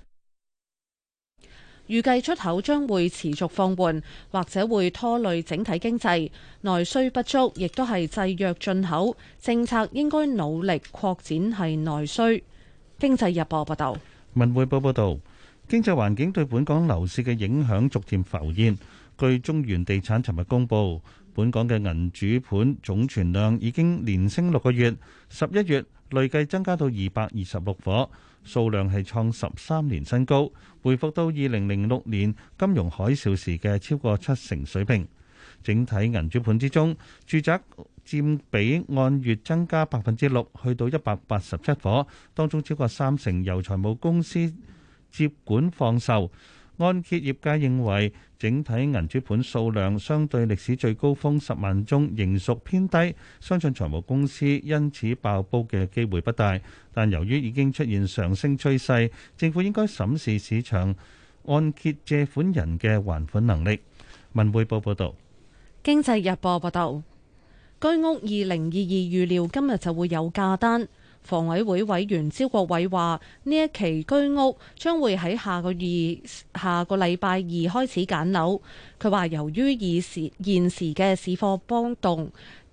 預計出口將會持續放緩，或者會拖累整體經濟。內需不足，亦都係制約進口，政策應該努力擴展係內需。經濟日報報道。 文匯報報道，經濟環境對本港樓市嘅影響逐漸浮現。據中原地產尋日公佈，本港嘅銀主盤總存量已經連升6個月，11月累計增加到226伙，數量係創13年新高，回復到2006年金融海嘯時嘅超過70%水平。整體銀主盤之中，住宅佔比按月增加6%，去到187伙，當中超過30%由財務公司接管放售。按揭業界認為，整體銀主盤數量相對歷史最高峰10萬宗仍屬偏低，相信財務公司因此爆煲嘅機會不大。但由於已經出現上升趨勢，政府應該審視市場按揭借款人嘅還款能力。 文匯報報道。 經濟日報報道，居屋2022預料今日就會有價單。房委會委員招國偉話：呢一期居屋將會喺下個禮拜二開始揀樓。佢話由於現時嘅市況波動，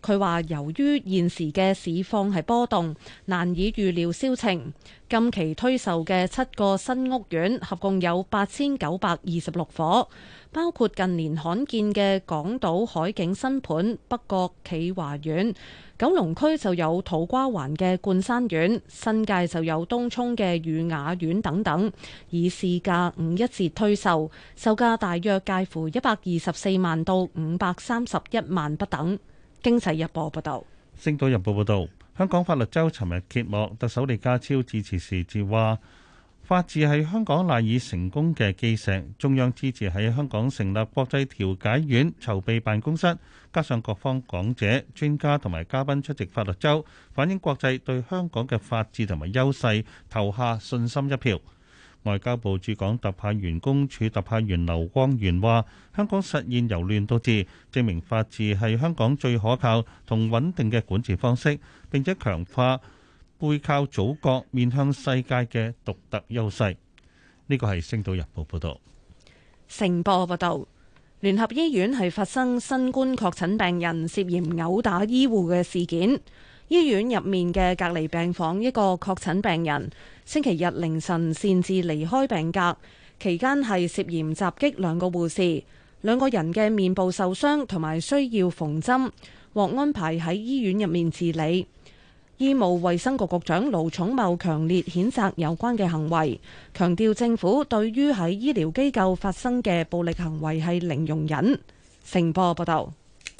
係波動，難以預料銷情。近期推售嘅7個新屋苑合共有8926伙，包括近年罕見嘅港島海景新盤北角企華苑，九龍區就有土瓜灣嘅冠山苑，新界就有東涌嘅裕雅苑等等，以市價51折推售，售價大約介乎124萬到531萬不等。經濟日報報道。 星島日報報道，香港法律週尋日揭幕，特首李家超致辭時自話：法治係香港賴以成功嘅基石，中央支持喺香港成立國際調解院籌備辦公室，加上各方講者、專家同埋嘉賓出席法律週，反映國際對香港嘅法治同埋優勢投下信心一票。外交部駐港特派員公署特派員劉光源話：香港實現由亂到治，證明法治係香港最可靠同穩定嘅管治方式，並且強化背靠祖國、面向世界嘅獨特優勢。呢個係《星島日報》報導。 成報報導，聯合醫院係發生新冠確診病人涉嫌毆打醫護嘅事件。醫院入面嘅隔離病房一個確診病人，星期日凌晨擅自離開病格，期間係涉嫌襲擊2個護士，2個人嘅面部受傷同埋需要縫針，獲安排喺醫院入面治理。醫務衛生局局長盧寵茂強烈譴責有關嘅行為，強調政府對於喺醫療機構發生嘅暴力行為係零容忍。成報報道。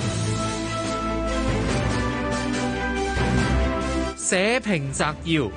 社評摘要：《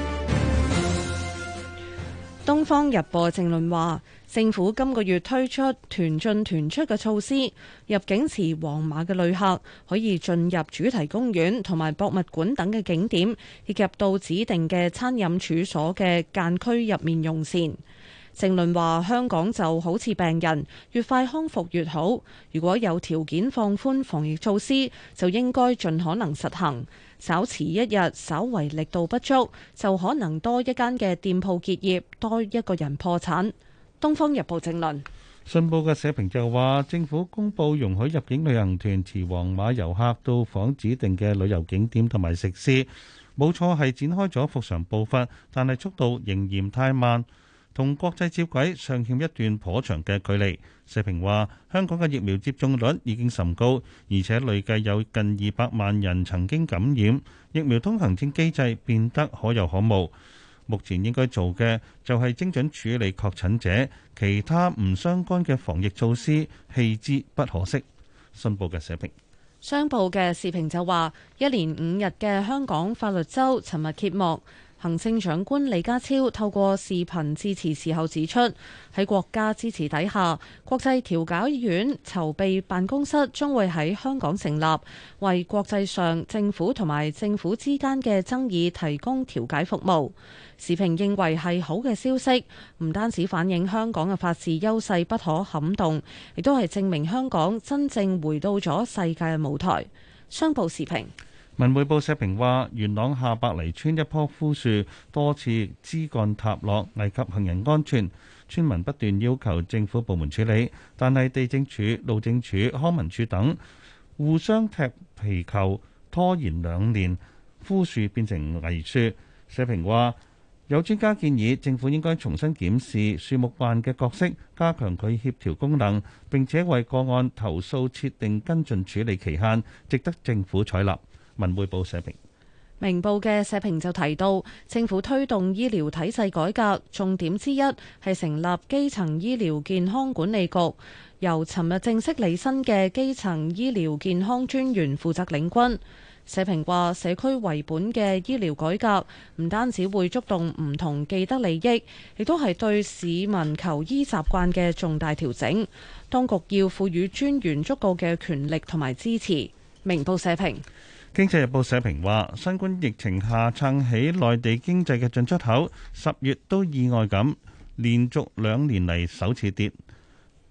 東方日報》正論話，政府今個月推出團進團出嘅措施，入境持黃碼嘅旅客可以進入主題公園同埋博物館等嘅景點，以及到指定嘅餐飲處所嘅間區入面用膳。正論話，香港就好似病人，越快康復越好。如果有條件放寬防疫措施，就應該盡可能實行。稍遲一日，稍為力度不足，就可能多一間嘅店鋪結業，多一個人破產。東方日報正論。 信報嘅社評就話，政府公布容許入境旅行團持黃碼遊客到訪指定嘅旅遊景點同埋食肆，冇錯係展開咗復常步伐，但係速度仍然太慢，同國際接軌尚欠一段頗長嘅距離。社評話，香港嘅疫苗接種率已經甚高，而且累計有近200萬人曾經感染，疫苗通行證機制變得可有可無。目前應該做嘅就係精準處理確診者，其他唔相干嘅防疫措施棄之不可惜。信報嘅社評。 商報嘅時評就話，一連5日嘅香港法律週尋日揭幕。行政長官李家超透過視頻致辭時候指出，喺國家支持底下，國際調解院籌備辦公室將會喺香港成立，為國際上政府同埋政府之間嘅爭議提供調解服務。時評認為係好嘅消息，唔單止反映香港嘅法治優勢不可撼動，亦都係證明香港真正回到咗世界嘅舞台。商報時評。 文匯報社評話，元朗下白泥村一棵枯樹多次枝幹塌落，危及行人安全。村民不斷要求政府部門處理，但係地政署、路政署、康文署等互相踢皮球，拖延2年，枯樹變成危樹。社評話，有專家建議政府應該重新檢視樹木辦嘅角色，加強佢協調功能，並且為個案投訴設定跟進處理期限，值得政府採納。文匯報社評。 明報嘅社評就提到，政府推動醫療體制改革，重點之一係成立基層醫療健康管理局，由尋日正式履新嘅基層醫療健康專員負責領軍。社評話，社區為本嘅醫療改革唔單止會觸動唔同既得利益，亦都係對市民求醫習慣嘅重大調整。當局要賦予專員足夠嘅權力同埋支持。明報社評。 經濟日報社評話，新冠疫情下撐起內地經濟嘅進出口，10月都意外咁連續2年嚟首次跌。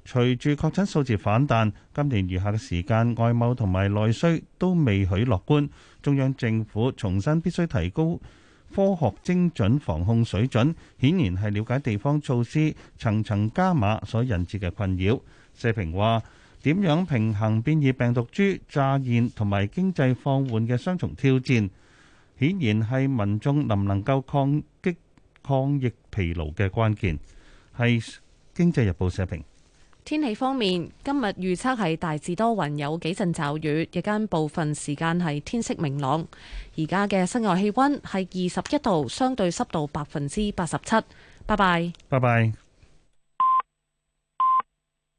隨住確診數字反彈，今年餘下嘅時間，外貿同埋內需都未許樂觀。中央政府重申必須提高科學精準防控水準，顯然係了解地方措施層層加碼所引致嘅困擾。社評話：點樣平衡變異病毒株乍現同埋經濟放緩嘅雙重挑戰，顯然係民眾能唔能夠抗疫疲勞嘅關鍵。係《經濟日報》社評。 天氣方面，今日預測係大致多雲，有幾陣驟雨，日間部分時間係天色明朗。而家嘅室外氣溫係21度，相對濕度87%。拜拜。 拜拜。